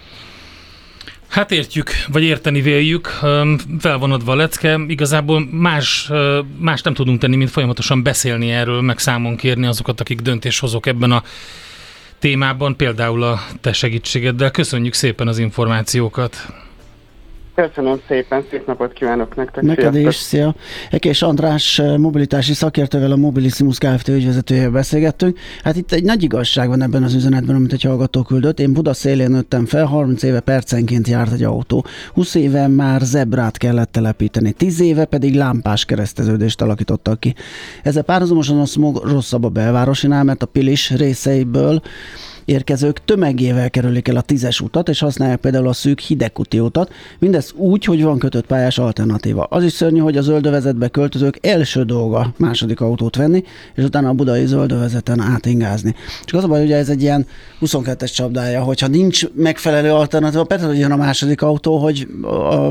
Hát értjük, vagy érteni véljük, felvonodva a lecke, igazából más, más nem tudunk tenni, mint folyamatosan beszélni erről, meg számon kérni azokat, akik döntéshozók ebben a témában, például a te segítségeddel. Köszönjük szépen az információkat! Köszönöm szépen, szép napot kívánok nektek. Neked is, szia. Ekés András mobilitási szakértővel, a Mobilissimus Kft. Ügyvezetőjével beszélgettünk. Hát itt egy nagy igazság van ebben az üzenetben, amit egy hallgató küldött. Én Buda szélén nőttem fel, harminc éve percenként járt egy autó. húsz éve már zebrát kellett telepíteni, tíz éve pedig lámpás kereszteződést alakítottak ki. Ezzel párhuzamosan a smog rosszabb a belvárosinál, mert a Pilis részeiből érkezők tömegével kerülik el a tízes utat, és használják például a szűk Hidegkúti utat, mindez úgy, hogy van kötött pályás alternatíva. Az is szörnyű, hogy a zöldövezetbe költözők első dolga második autót venni, és utána a budai zöldövezeten átingázni. Csak az a baj, ugye ez egy ilyen huszonkettes csapdája, hogyha nincs megfelelő alternatíva, persze, hogy jön a második autó, hogy a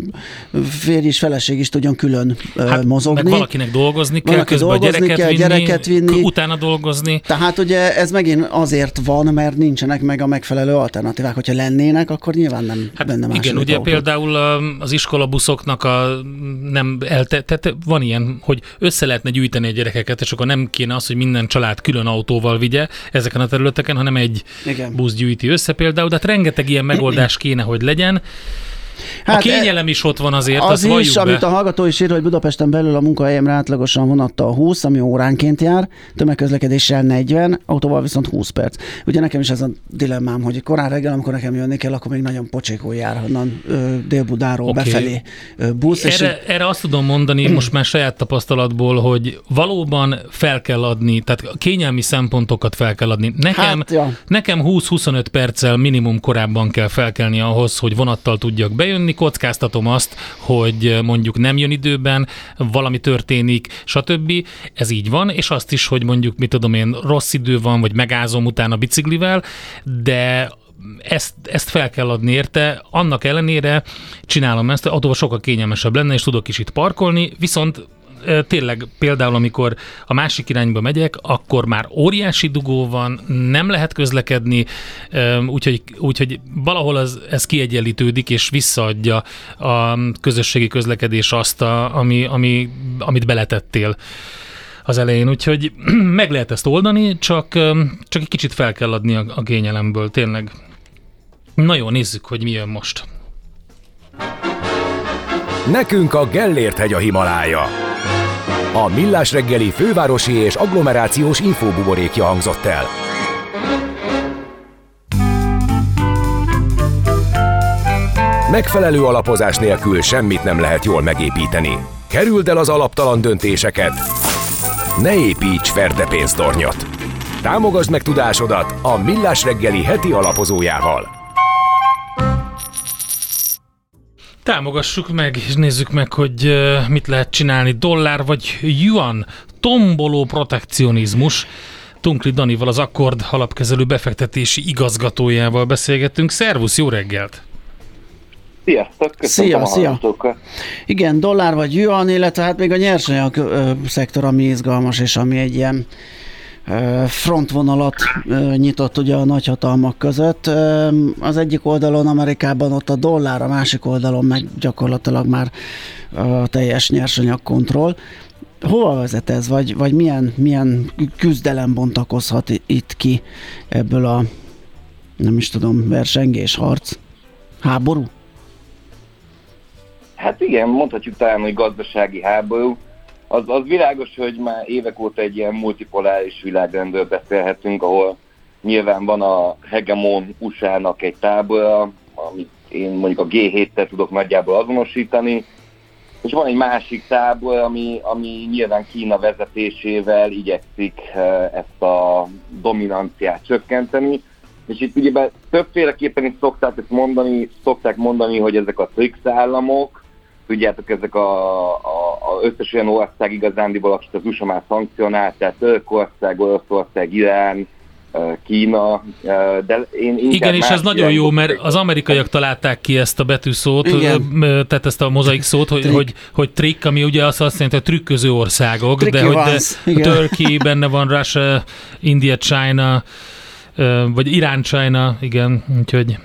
férj és feleség is tudjon külön hát, mozogni. Meg valakinek dolgozni kell, Valaki közben dolgozni gyereket, kell, vinni, gyereket vinni, utána dolgozni. Tehát ugye ez megint azért van, mert nincsenek meg a megfelelő alternatívák. Hogyha lennének, akkor nyilván nem hát benne második igen, ugye autó. Például az iskolabuszoknak a nem elte, tehát van ilyen, hogy össze lehetne gyűjteni a gyerekeket, és akkor nem kéne az, hogy minden család külön autóval vigye ezeken a területeken, hanem egy igen. busz gyűjti össze például, de hát rengeteg ilyen megoldás kéne, hogy legyen. Hát a kényelem is ott van azért, az azt is, amit a hallgató is ír, hogy Budapesten belül a munkahelyemre átlagosan vonattal húsz, ami óránként jár, tömegközlekedéssel negyven, autóval viszont húsz perc. Ugye nekem is ez a dilemmám, hogy korán reggel, amikor nekem jönni kell, akkor még nagyon pocsékul jár onnan Dél-Budáról okay. befelé ö, busz. Erre, és erre azt tudom mondani most már saját tapasztalatból, hogy valóban fel kell adni, tehát kényelmi szempontokat fel kell adni. Nekem, hát, ja. nekem húsz-huszonöt perccel minimum korábban kell felkelni ahhoz, hogy vonattal tudjak be bejönni, kockáztatom azt, hogy mondjuk nem jön időben, valami történik, stb. Ez így van, és azt is, hogy mondjuk, mit tudom én, rossz idő van, vagy megázom utána biciklivel, de Ezt, ezt fel kell adni érte, annak ellenére csinálom ezt, autóval sokkal kényelmesebb lenne, és tudok is itt parkolni, viszont tényleg például, amikor a másik irányba megyek, akkor már óriási dugó van, nem lehet közlekedni, úgyhogy, úgyhogy valahol az, ez kiegyenlítődik, és visszaadja a közösségi közlekedés azt, a, ami, ami, amit beletettél az elején, úgyhogy meg lehet ezt oldani, csak, csak egy kicsit fel kell adni a, a kényelemből, tényleg. Na jó, nézzük, hogy mi jön most. Nekünk a Gellért-hegy a Himalája. A Millás reggeli fővárosi és agglomerációs infóbuborékja hangzott el. Megfelelő alapozás nélkül semmit nem lehet jól megépíteni. Kerüld el az alaptalan döntéseket. Ne építs ferdepénztornyot. Támogasd meg tudásodat a Millás reggeli heti alapozójával. Támogassuk meg, és nézzük meg, hogy mit lehet csinálni. Dollár vagy yuan, tomboló protekcionizmus. Tunkli Danival, az Akkord alapkezelő befektetési igazgatójával beszélgettünk. Szervusz, jó reggelt! Sziasztok! Szia, szia! Igen, dollár vagy yuan, illetve hát még a nyersanyag ö, szektor, ami izgalmas, és ami egy ilyen ö, frontvonalat ö, nyitott ugye a nagyhatalmak között. Ö, az egyik oldalon Amerikában ott a dollár, a másik oldalon meg gyakorlatilag már ö, teljes nyersanyagkontroll. Hova vezet ez, vagy, vagy milyen, milyen küzdelem bontakozhat itt ki ebből a, nem is tudom, versengés, harc, háború? Hát igen, mondhatjuk talán, hogy gazdasági háború. Az, az világos, hogy már évek óta egy ilyen multipoláris világrendről beszélhetünk, ahol nyilván van a hegemon u es á-nak egy tábora, amit én mondjuk a gé héttel tudok nagyjából azonosítani, és van egy másik tábor, ami, ami nyilván Kína vezetésével igyekszik ezt a dominanciát csökkenteni, és itt ugye többféleképpen is szokták ezt mondani, szokták mondani, hogy ezek a BRICS államok, tudjátok, ezek a, a, a összes olyan ország igazándiból, akit az u es á már szankcionált, tehát Törökország, Oroszország, Irán, Kína, de én igen, és ez nagyon jó, mert az amerikaiak találták ki ezt a betűszót, igen. Tehát ezt a mozaik szót, hogy, hogy, hogy trick, ami ugye azt jelenti, hogy trükköző országok, Tricky de hogy de Turkey, benne van Russia, India, China, vagy Irán, China, igen, úgyhogy...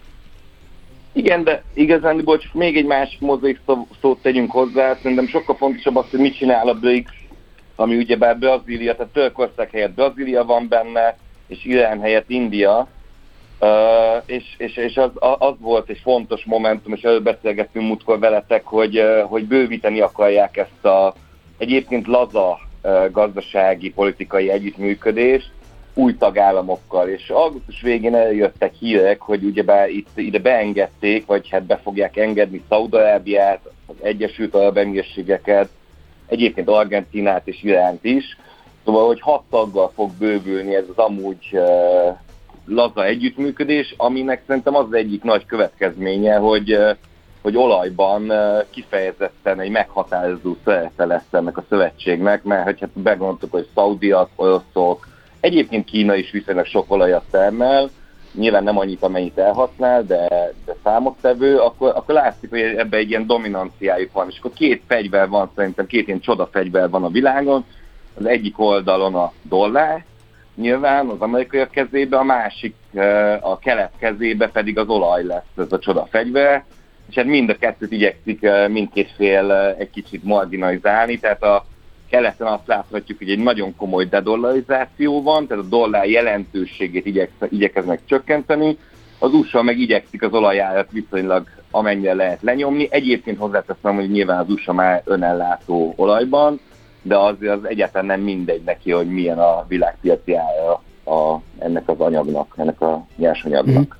Igen, de igazándiból csak még egy másik mozaik szót tegyünk hozzá, szerintem sokkal fontosabb az, hogy mit csinál a BRICS, ami ugyebár Brazília, tehát Törökország helyett Brazília van benne, és Irán helyett India, uh, és, és, és az, az volt egy fontos momentum, és előbb beszélgettünk múltkor veletek, hogy, uh, hogy bővíteni akarják ezt a egyébként laza uh, gazdasági, politikai együttműködést új tagállamokkal, és augusztus végén eljöttek hírek, hogy ugyebár itt ide beengedték, vagy hát be fogják engedni Szaúd-Arábiát, az Egyesült Arab Emírségeket, egyébként Argentinát és Iránt is. Szóval, hogy hat taggal fog bővülni ez az amúgy uh, laza együttműködés, aminek szerintem az, az egyik nagy következménye, hogy, uh, hogy olajban uh, kifejezetten egy meghatározó szerepe lesz ennek a szövetségnek, mert hogy hát begondoltuk, hogy szaudiak, oroszok, egyébként Kína is viszonylag sok olajat termel, nyilván nem annyit, amennyit elhasznál, de, de számottevő, akkor, akkor látszik, hogy ebben egy ilyen dominanciájuk van. És akkor két fegyver van, szerintem két ilyen csoda fegyver van a világon. Az egyik oldalon a dollár, nyilván az amerikaiak kezébe, a másik, a kelet kezébe pedig az olaj lesz, ez a csoda fegyver. És hát mind a kettőt igyekszik mindkét fél egy kicsit marginalizálni, tehát a keleten azt láthatjuk, hogy egy nagyon komoly dedollarizáció van, tehát a dollár jelentőségét igyeksz, igyekeznek csökkenteni, az u es á meg igyekszik az olajárat viszonylag amennyire lehet lenyomni. Egyébként hozzáteszem, hogy nyilván az u es á már önellátó olajban, de azért az egyáltalán nem mindegy neki, hogy milyen a világpiaci ára a, ennek az anyagnak, ennek a nyersanyagnak. Mm.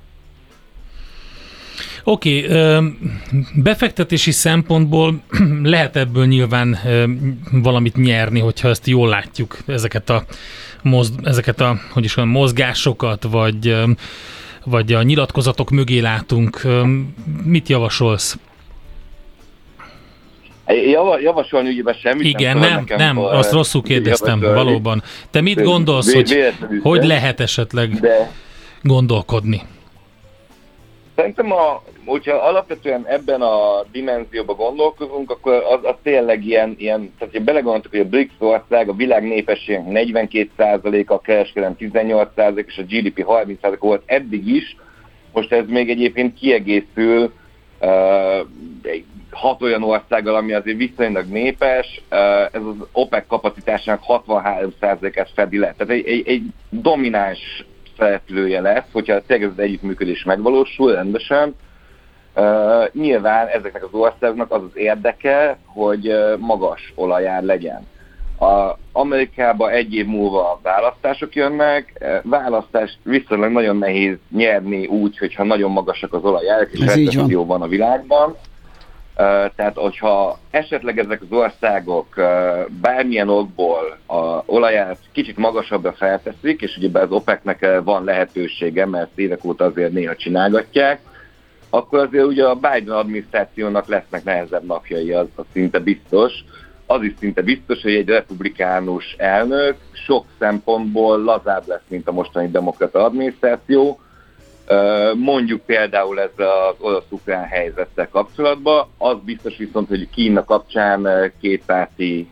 Oké, okay, befektetési szempontból lehet ebből nyilván valamit nyerni, hogyha ezt jól látjuk, ezeket a, moz, ezeket a hogy is van, mozgásokat, vagy, vagy a nyilatkozatok mögé látunk. Mit javasolsz? Javasolni ügyében semmit. Igen, nem, nem, nem azt rosszul kérdeztem, javasolni. Valóban. Te mit gondolsz, hogy hogy lehet esetleg de gondolkodni? Szerintem, a, hogyha alapvetően ebben a dimenzióban gondolkozunk, akkor az, az tényleg ilyen, ilyen, tehát ha belegondoltuk, hogy a BRICS ország, a világ népességének negyvenkét százaléka, a kereskedelem tizennyolc százalék és a gé dé pé harminc százalék volt eddig is, most ez még egyébként kiegészül uh, hat olyan országgal, ami azért viszonylag népes, uh, ez az OPEC kapacitásának hatvanhárom százalékát fedi le. Tehát egy, egy, egy domináns szereplője lesz, hogyha tényleg az együttműködés megvalósul rendesen. Uh, nyilván ezeknek az országoknak az az érdeke, hogy uh, magas olajár legyen. A Amerikában egy év múlva választások jönnek, uh, választást viszonylag nagyon nehéz nyerni úgy, hogyha nagyon magasak az olajárak, és recesszió van a világban. Uh, tehát, hogyha esetleg ezek az országok uh, bármilyen okból a olajárat kicsit magasabbra felteszik, és ugye az OPEC-nek van lehetősége, mert évek óta azért néha csinálgatják, akkor azért ugye a Biden adminisztrációnak lesznek nehezebb napjai, az, az szinte biztos. Az is szinte biztos, hogy egy republikánus elnök sok szempontból lazább lesz, mint a mostani demokrata adminisztráció. Mondjuk például ezzel az orosz-ukrán helyzettel kapcsolatban. Az biztos viszont, hogy Kína kapcsán kétpárti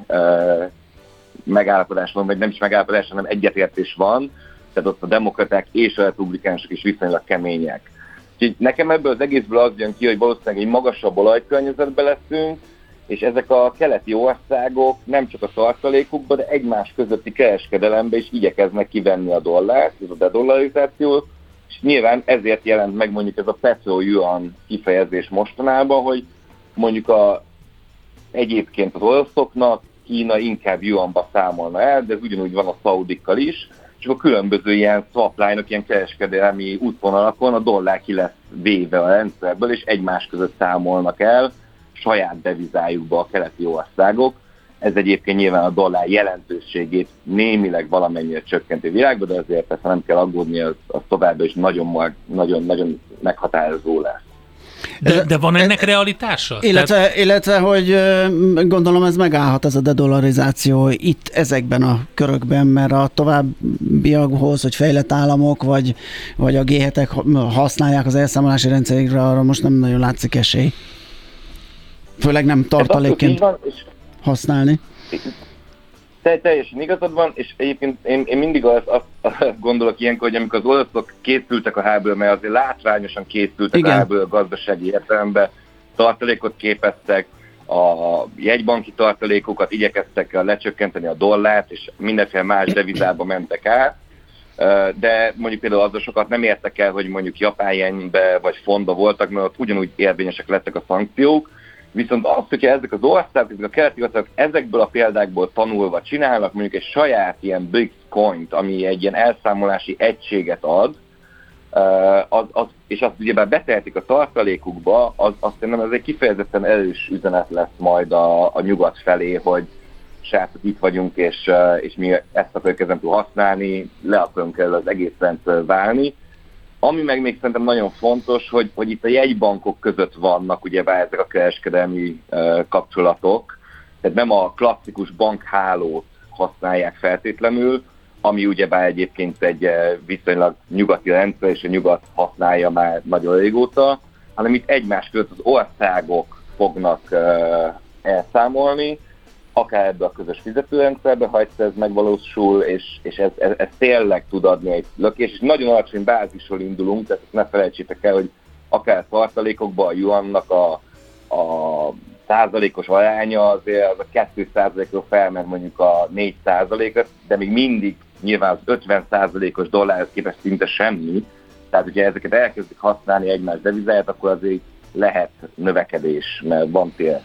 megállapodás van, vagy nem is megállapodás, hanem egyetértés van. Tehát ott a demokraták és a republikánusok is viszonylag kemények. Úgyhogy nekem ebből az egészből az jön ki, hogy valószínűleg egy magasabb olajkörnyezetben leszünk, és ezek a keleti országok nem csak a tartalékukban, de egymás közötti kereskedelembe is igyekeznek kivenni a dollárt, ez a dedollarizáció, és nyilván ezért jelent meg mondjuk ez a petro-yuan kifejezés mostanában, hogy mondjuk a, egyébként az oroszoknak Kína inkább yuanba számolna el, de ez ugyanúgy van a szaudikkal is, csak a különböző ilyen swap line-ok, ilyen kereskedelmi útvonalakon a dollár ki lesz véve a rendszerből, és egymás között számolnak el saját devizájukba a keleti országok. Ez egyébként nyilván a dollár jelentőségét némileg valamennyire csökkenti világban, de azért persze nem kell aggódni, az, az továbbra is nagyon, nagyon, nagyon meghatározó lesz. De, de van ennek realitása? Illetve, Tehát... illetve, hogy gondolom ez megállhat ez a dedollarizáció itt ezekben a körökben, mert a továbbiakhoz, hogy fejlett államok vagy, vagy a gé hetek használják az elszámolási rendszerükre, arra most nem nagyon látszik esély. Főleg nem tartalékként használni. Te, teljesen igazad van, és egyébként én, én mindig azt, azt gondolok ilyenkor, hogy amikor az oroszok készültek a háborúra, mert azért látványosan készültek Igen. a háborúra gazdasági értelemben, tartalékot képeztek, a jegybanki tartalékokat igyekeztek lecsökkenteni a dollárt, és mindenféle más devizába mentek át, de mondjuk például azzal sokat nem értek el, hogy mondjuk japán jenbe vagy fontba voltak, mert ott ugyanúgy érvényesek lettek a szankciók. Viszont az, hogyha ezek az országok, ezek a keleti országok ezekből a példákból tanulva csinálnak mondjuk egy saját ilyen BRICS coint, ami egy ilyen elszámolási egységet ad, az, az, és azt ugyebár betehetik a tartalékukba, az, azt szerintem ez egy kifejezetten erős üzenet lesz majd a, a nyugat felé, hogy srácok, itt vagyunk, és, és mi ezt akarjuk ezen túl használni, le akarunk el az egész rendszer válni. Ami meg még szerintem nagyon fontos, hogy, hogy itt a jegybankok között vannak ugyebár ezek a kereskedelmi uh, kapcsolatok, tehát nem a klasszikus bankhálót használják feltétlenül, ami ugyebár egyébként egy uh, viszonylag nyugati rendszer, és a nyugat használja már nagyon régóta, hanem itt egymás között az országok fognak uh, elszámolni, akár ebbe a közös fizetőrendszerbe, ha egyszer ez megvalósul, és, és ez, ez, ez tényleg tud adni egy lökés, és nagyon alacsony bázisról indulunk, tehát ne felejtsétek el, hogy akár tartalékokban a yuannak a, a százalékos aránya azért az a két százalékról felment mondjuk a négy százalékot, de még mindig nyilván az ötven százalékos dollárhoz képest szinte semmi, tehát hogyha ezeket elkezdik használni egymás devizáját, akkor azért lehet növekedés, mert van tér.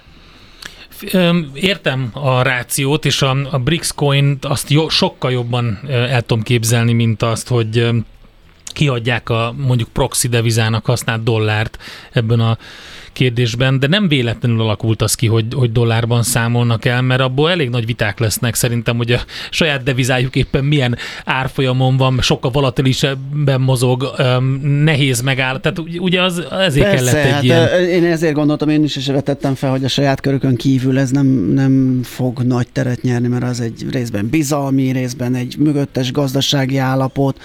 Értem a rációt, és a, a BRICS coin azt jo, sokkal jobban el tudom képzelni, mint azt, hogy kiadják a mondjuk proxy devizának használt dollárt ebben a kérdésben, de nem véletlenül alakult az ki, hogy, hogy dollárban számolnak el, mert abból elég nagy viták lesznek szerintem, hogy a saját devizájuk éppen milyen árfolyamon van, sokkal volatilisebben mozog, nehéz megáll, tehát ugye az ezért Persze, kellett egy hát ilyen... én ezért gondoltam, én is, és vetettem fel, hogy a saját körükön kívül ez nem, nem fog nagy teret nyerni, mert az egy részben bizalmi, részben egy mögöttes gazdasági állapot,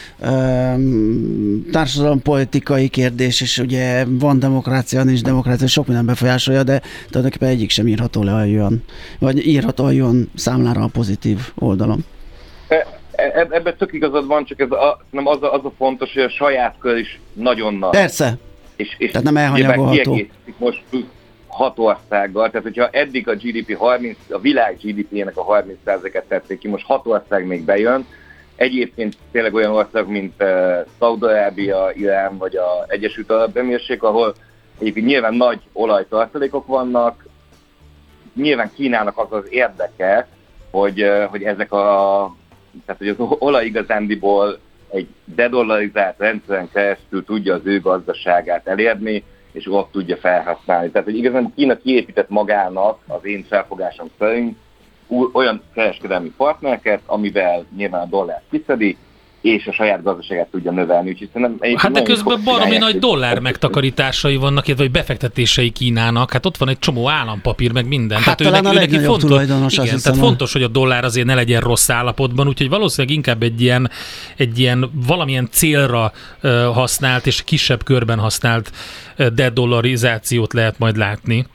társadalompolitikai kérdés, és ugye van demokrácia, nincs demokrácia, sok minden befolyásolja, de tulajdonképpen egyik sem írható le olyan, vagy írható olyan számlára a pozitív oldalon. E, e, ebben tök igazad van, csak ez a, nem az, a, az a fontos, hogy a saját kör is nagyon nagy. Persze, és, és tehát nem elhanyagolható. Kiegészítik most hat országgal, tehát hogyha eddig a gé dé pé harminc, a világ gé dé péjének a harminc százalékát tették ki, most hat ország még bejön. Egyébként tényleg olyan ország, mint uh, Szaúd-Arábia, Irán vagy az Egyesült Arab Emírség, ahol egyébként nyilván nagy olajtartalékok vannak, nyilván Kínának az az érdeke, hogy, uh, hogy ezek a, tehát hogy az olaj igazándiból egy dedollarizált rendszeren keresztül tudja az ő gazdaságát elérni, és ott tudja felhasználni. Tehát, hogy igazán Kína kiépített magának, az én felfogásom szerint, olyan kereskedelmi partnereket, amivel nyilván a dollár kiszedi, és a saját gazdaságát tudja növelni. Úgyhogy nem, hát de közben baromi nagy dollár megtakarításai vannak, vagy befektetései Kínának. Hát ott van egy csomó állampapír, meg minden. Hát tehát talán ő neki, a legnagyobb tulajdonos. Igen, tehát hiszem, fontos, hogy a dollár azért ne legyen rossz állapotban, úgyhogy valószínűleg inkább egy ilyen, egy ilyen valamilyen célra uh, használt, és kisebb körben használt uh, dedollarizációt lehet majd látni.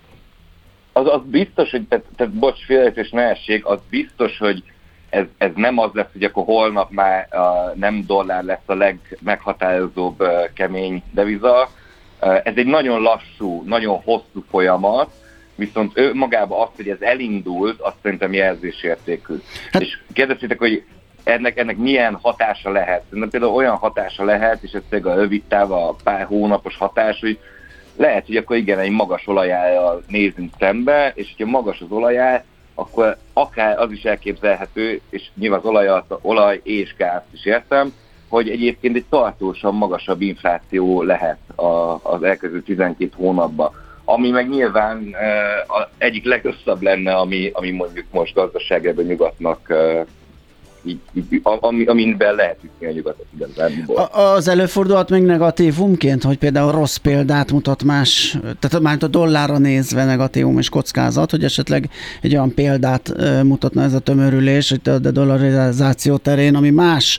Az, az biztos, hogy, tehát, tehát bocs, félrejtés ne essék, az biztos, hogy ez, ez nem az lesz, hogy akkor holnap már uh, nem dollár lesz a legmeghatározóbb uh, kemény deviza. Uh, ez egy nagyon lassú, nagyon hosszú folyamat, viszont ő magában azt, hogy ez elindult, azt szerintem jelzésértékű. Hát. És kérdeztétek, hogy ennek, ennek milyen hatása lehet. Szerintem például olyan hatása lehet, és ez például a rövid táv, a pár hónapos hatás, hogy lehet, hogy akkor igen, egy magas olajárral nézünk szembe, és hogyha magas az olajár, akkor akár az is elképzelhető, és nyilván az olaj, olaj és gáz is értem, hogy egyébként egy tartósan magasabb infláció lehet az elkövetkező tizenkét hónapban. Ami meg nyilván az egyik legrosszabb lenne, ami, ami mondjuk most gazdaságában nyugatnak Így, így, ami, amiben lehet ütni a nyugatot igazából. Az előfordulhat még negatívumként, hogy például rossz példát mutat más, tehát már a dollárra nézve negatívum és kockázat, hogy esetleg egy olyan példát mutatna ez a tömörülés, hogy a dollarizáció terén, ami más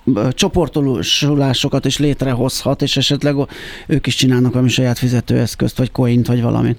csoportosulásokat is létrehozhat, és esetleg ők is csinálnak valami saját fizetőeszközt, vagy coint, vagy valamit.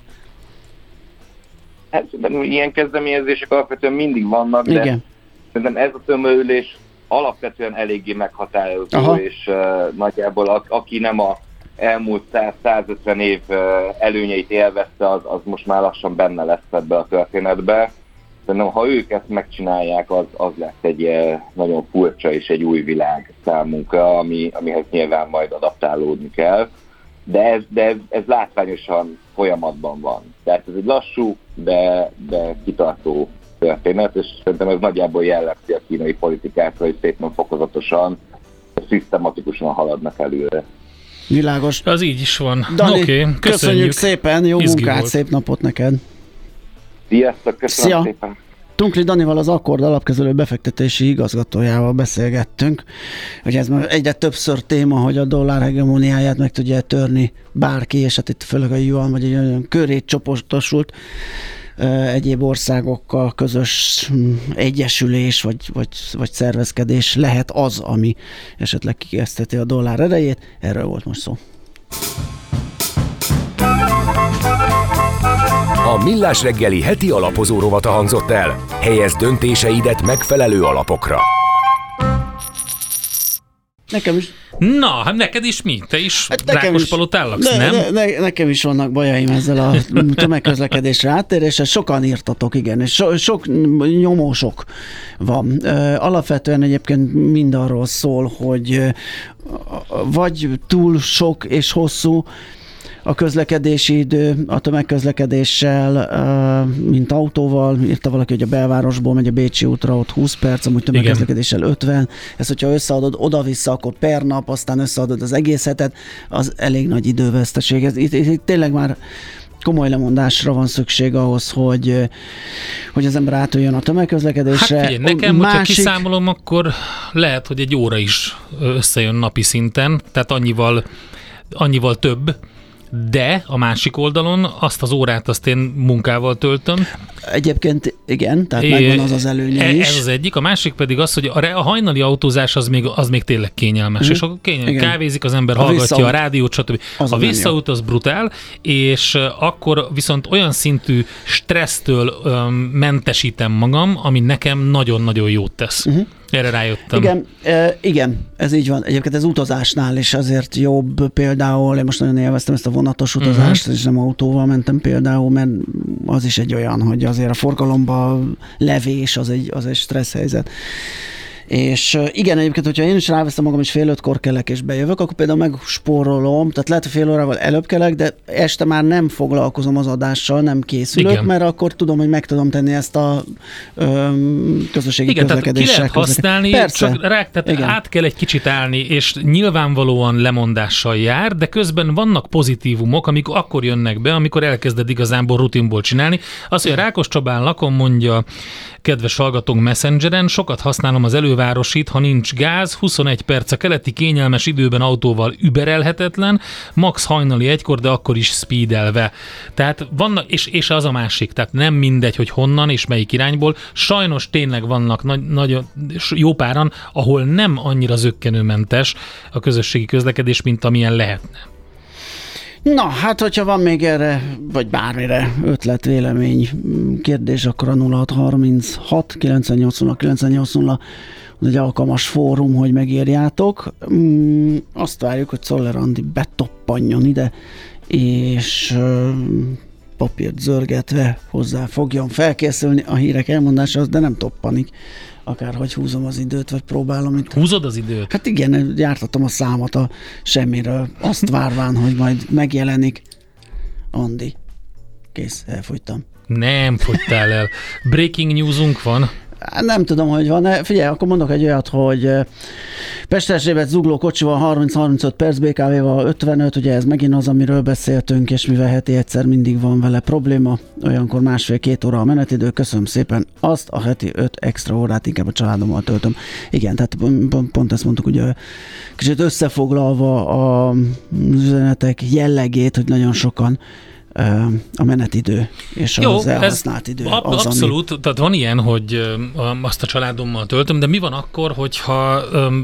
Hát ilyen kezdeményezések alapvetően mindig vannak, de igen. Szerintem ez a tömörülés alapvetően eléggé meghatározó, aha, és uh, nagyjából a, aki nem a elmúlt száz-százötven év uh, előnyeit élvezte, az, az most már lassan benne lesz ebbe a történetbe. Szerintem, ha ők ezt megcsinálják, az, az lesz egy uh, nagyon furcsa és egy új világ számunkra, ami, amihez nyilván majd adaptálódni kell. De ez, de ez, ez látványosan folyamatban van. Tehát ez egy lassú, de, de kitartó történet, és szerintem ez nagyjából jellemzi a kínai politikát, hogy szépen fokozatosan, szisztematikusan haladnak előre. Világos. Az így is van. Dani, okay, köszönjük. köszönjük szépen, jó Izgi munkát, volt. Szép napot neked. Sziasztok, köszönöm Szia. szépen. Tunkli Danival, az Akkord alapkezelő befektetési igazgatójával beszélgettünk, hogy ez már egyre többször téma, hogy a dollár hegemóniáját meg tudja törni bárki, és hát itt főleg a yuan, vagy egy olyan köré csoportosult egyéb országokkal közös egyesülés vagy, vagy, vagy szervezkedés lehet az, ami esetleg kikezdheti a dollár erejét. Erről volt most szó. A Millás reggeli heti alapozó rovata hangzott el. Helyezd döntéseidet megfelelő alapokra. Nekem is. Na, hát neked is mi? Te is hát Rákospalotán laksz, ne, nem? Ne, ne, nekem is vannak bajaim ezzel a tömegközlekedésre áttéréssel. Sokan írtatok, igen, és so, sok nyomósok van. Alapvetően egyébként mind arról szól, hogy vagy túl sok és hosszú a közlekedési idő a tömegközlekedéssel, mint autóval. Írta valaki, hogy a belvárosból megy a Bécsi útra, ott húsz perc, amúgy tömegközlekedéssel ötven. Ezt, hogyha összeadod oda-vissza, akkor per nap, aztán összeadod az egész hetet, az elég nagy időveszteség. Ez, itt, itt tényleg már komoly lemondásra van szükség ahhoz, hogy, hogy az ember átöljön a tömegközlekedésre. Hát figyelj, nekem, Másik... hogyha kiszámolom, akkor lehet, hogy egy óra is összejön napi szinten, tehát annyival, annyival több, de a másik oldalon azt az órát azt én munkával töltöm. Egyébként igen, tehát é, megvan az az előnye is. Ez az egyik, a másik pedig az, hogy a hajnali autózás az még, az még tényleg kényelmes, mm. és akkor kényelmes, kávézik az ember, a hallgatja visszaút, a rádiót, stb. Az a visszaút az brutál, és akkor viszont olyan szintű stressztől öm, mentesítem magam, ami nekem nagyon-nagyon jót tesz. Mm-hmm. Erre rájöttem. Igen, e, igen, ez így van. Egyébként ez utazásnál is azért jobb például, én most nagyon élveztem ezt a vonatos utazást, uh-huh. és nem autóval mentem például, mert az is egy olyan, hogy azért a forgalomba levés az egy, az egy stressz helyzet. És igen, egyébként, hogyha én is ráveszem magam, és fél ötkor kelek és bejövök, akkor például megspórolom, tehát lehet, hogy fél órával előbb kelek, de este már nem foglalkozom az adással, nem készülök, igen. mert akkor tudom, hogy meg tudom tenni ezt a öm, közösségi igen, közlekedéssel. Igen, tehát ki lehet használni, Persze. csak rá, tehát igen. át kell egy kicsit állni, és nyilvánvalóan lemondással jár, de közben vannak pozitívumok, amik akkor jönnek be, amikor elkezded igazából rutinból csinálni. Az, hogy a Rákos Csabán lakom, mondja kedves hallgatónk Messengeren, sokat használom az elővárosit, ha nincs gáz, huszonegy perc a keleti kényelmes időben autóval überelhetetlen, max hajnali egykor, de akkor is speedelve. Tehát vannak, és, és az a másik, tehát nem mindegy, hogy honnan és melyik irányból. Sajnos tényleg vannak nagy, nagyon jó páran, ahol nem annyira zökkenőmentes a közösségi közlekedés, mint amilyen lehetne. Na, hát hogyha van még erre, vagy bármire ötlet, vélemény, kérdés, akkor a nulla hat harminchat kilencvennyolc nulla kilencvennyolc nulla az egy alkalmas fórum, hogy megírjátok. Mm, azt várjuk, hogy Czoller Andi betoppanjon ide, és uh, papírt zörgetve hozzá fogjon felkészülni a hírek elmondásához, de nem toppanik. Akárhogy húzom az időt, vagy próbálom itt. Húzod az időt? Hát igen, gyártatom a számot a semmiről. Azt várván, hogy majd megjelenik. Andi. Kész, elfogytam. Nem fogytál el. Breaking newsunk van. Nem tudom, hogy van. Figyelj, akkor mondok egy olyat, hogy Pesterzsébet zugló kocsival harminc-harmincöt perc, bé ká véval ötvenöt, ugye ez megint az, amiről beszéltünk, és mivel heti egyszer mindig van vele probléma, olyankor másfél-két óra a menetidő, köszönöm szépen, azt a heti öt extra órát inkább a családommal töltöm. Igen, tehát pont ezt mondtuk, ugye kicsit összefoglalva az üzenetek jellegét, hogy nagyon sokan a menetidő és Jó, az elhasznált idő. Ab, az, abszolút, ami... tehát van ilyen, hogy azt a családommal töltöm, de mi van akkor, hogyha,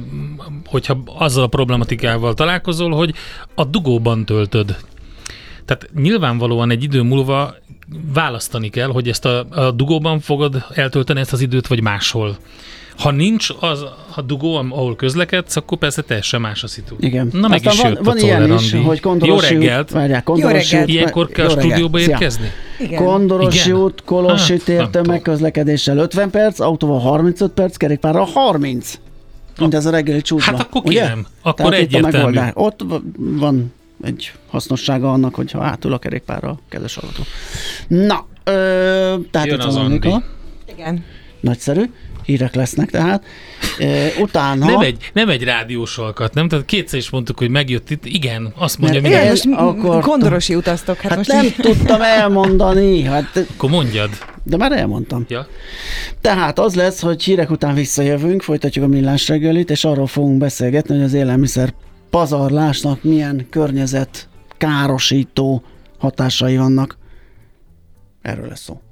hogyha azzal a problematikával találkozol, hogy a dugóban töltöd? Tehát nyilvánvalóan egy idő múlva választani kell, hogy ezt a, a dugóban fogod eltölteni ezt az időt, vagy máshol. Ha nincs az a dugó, ahol közlekedsz, akkor persze teljesen más a szitu. Igen. Na meg is van, jött van a ilyen is, hogy Kondorosi Jó reggelt. Várják, Kondorosi út. Ilyenkor kell a stúdióba érkezni? Igen. Kondorosi út, Kolosi hát, tér tömegközlekedéssel ötven perc, autóval harmincöt perc, kerékpárral harminc. Mint ez a reggeli csúcsba. Hát akkor kérem, akkor Tehát egyértelmű. Ott van egy hasznossága annak, hogyha átul a kerékpárral, kedves hallgató. Na, ö, tehát jön itt az van Andi. Igen. Nagyszerű. Hírek lesznek tehát. E, utána... Nem egy, nem egy rádiós alkat, nem? Tehát kétszer is mondtuk, hogy megjött itt. Igen, azt mondja, igen, most akkor... Kondorosi utaztok. Hát, hát most nem így... tudtam elmondani. Hát... Akkor mondjad. De már elmondtam. Ja. Tehát az lesz, hogy hírek után visszajövünk, folytatjuk a millás reggelit, és arról fogunk beszélgetni, hogy az élelmiszer pazarlásnak milyen környezet károsító hatásai vannak. Erről lesz szó.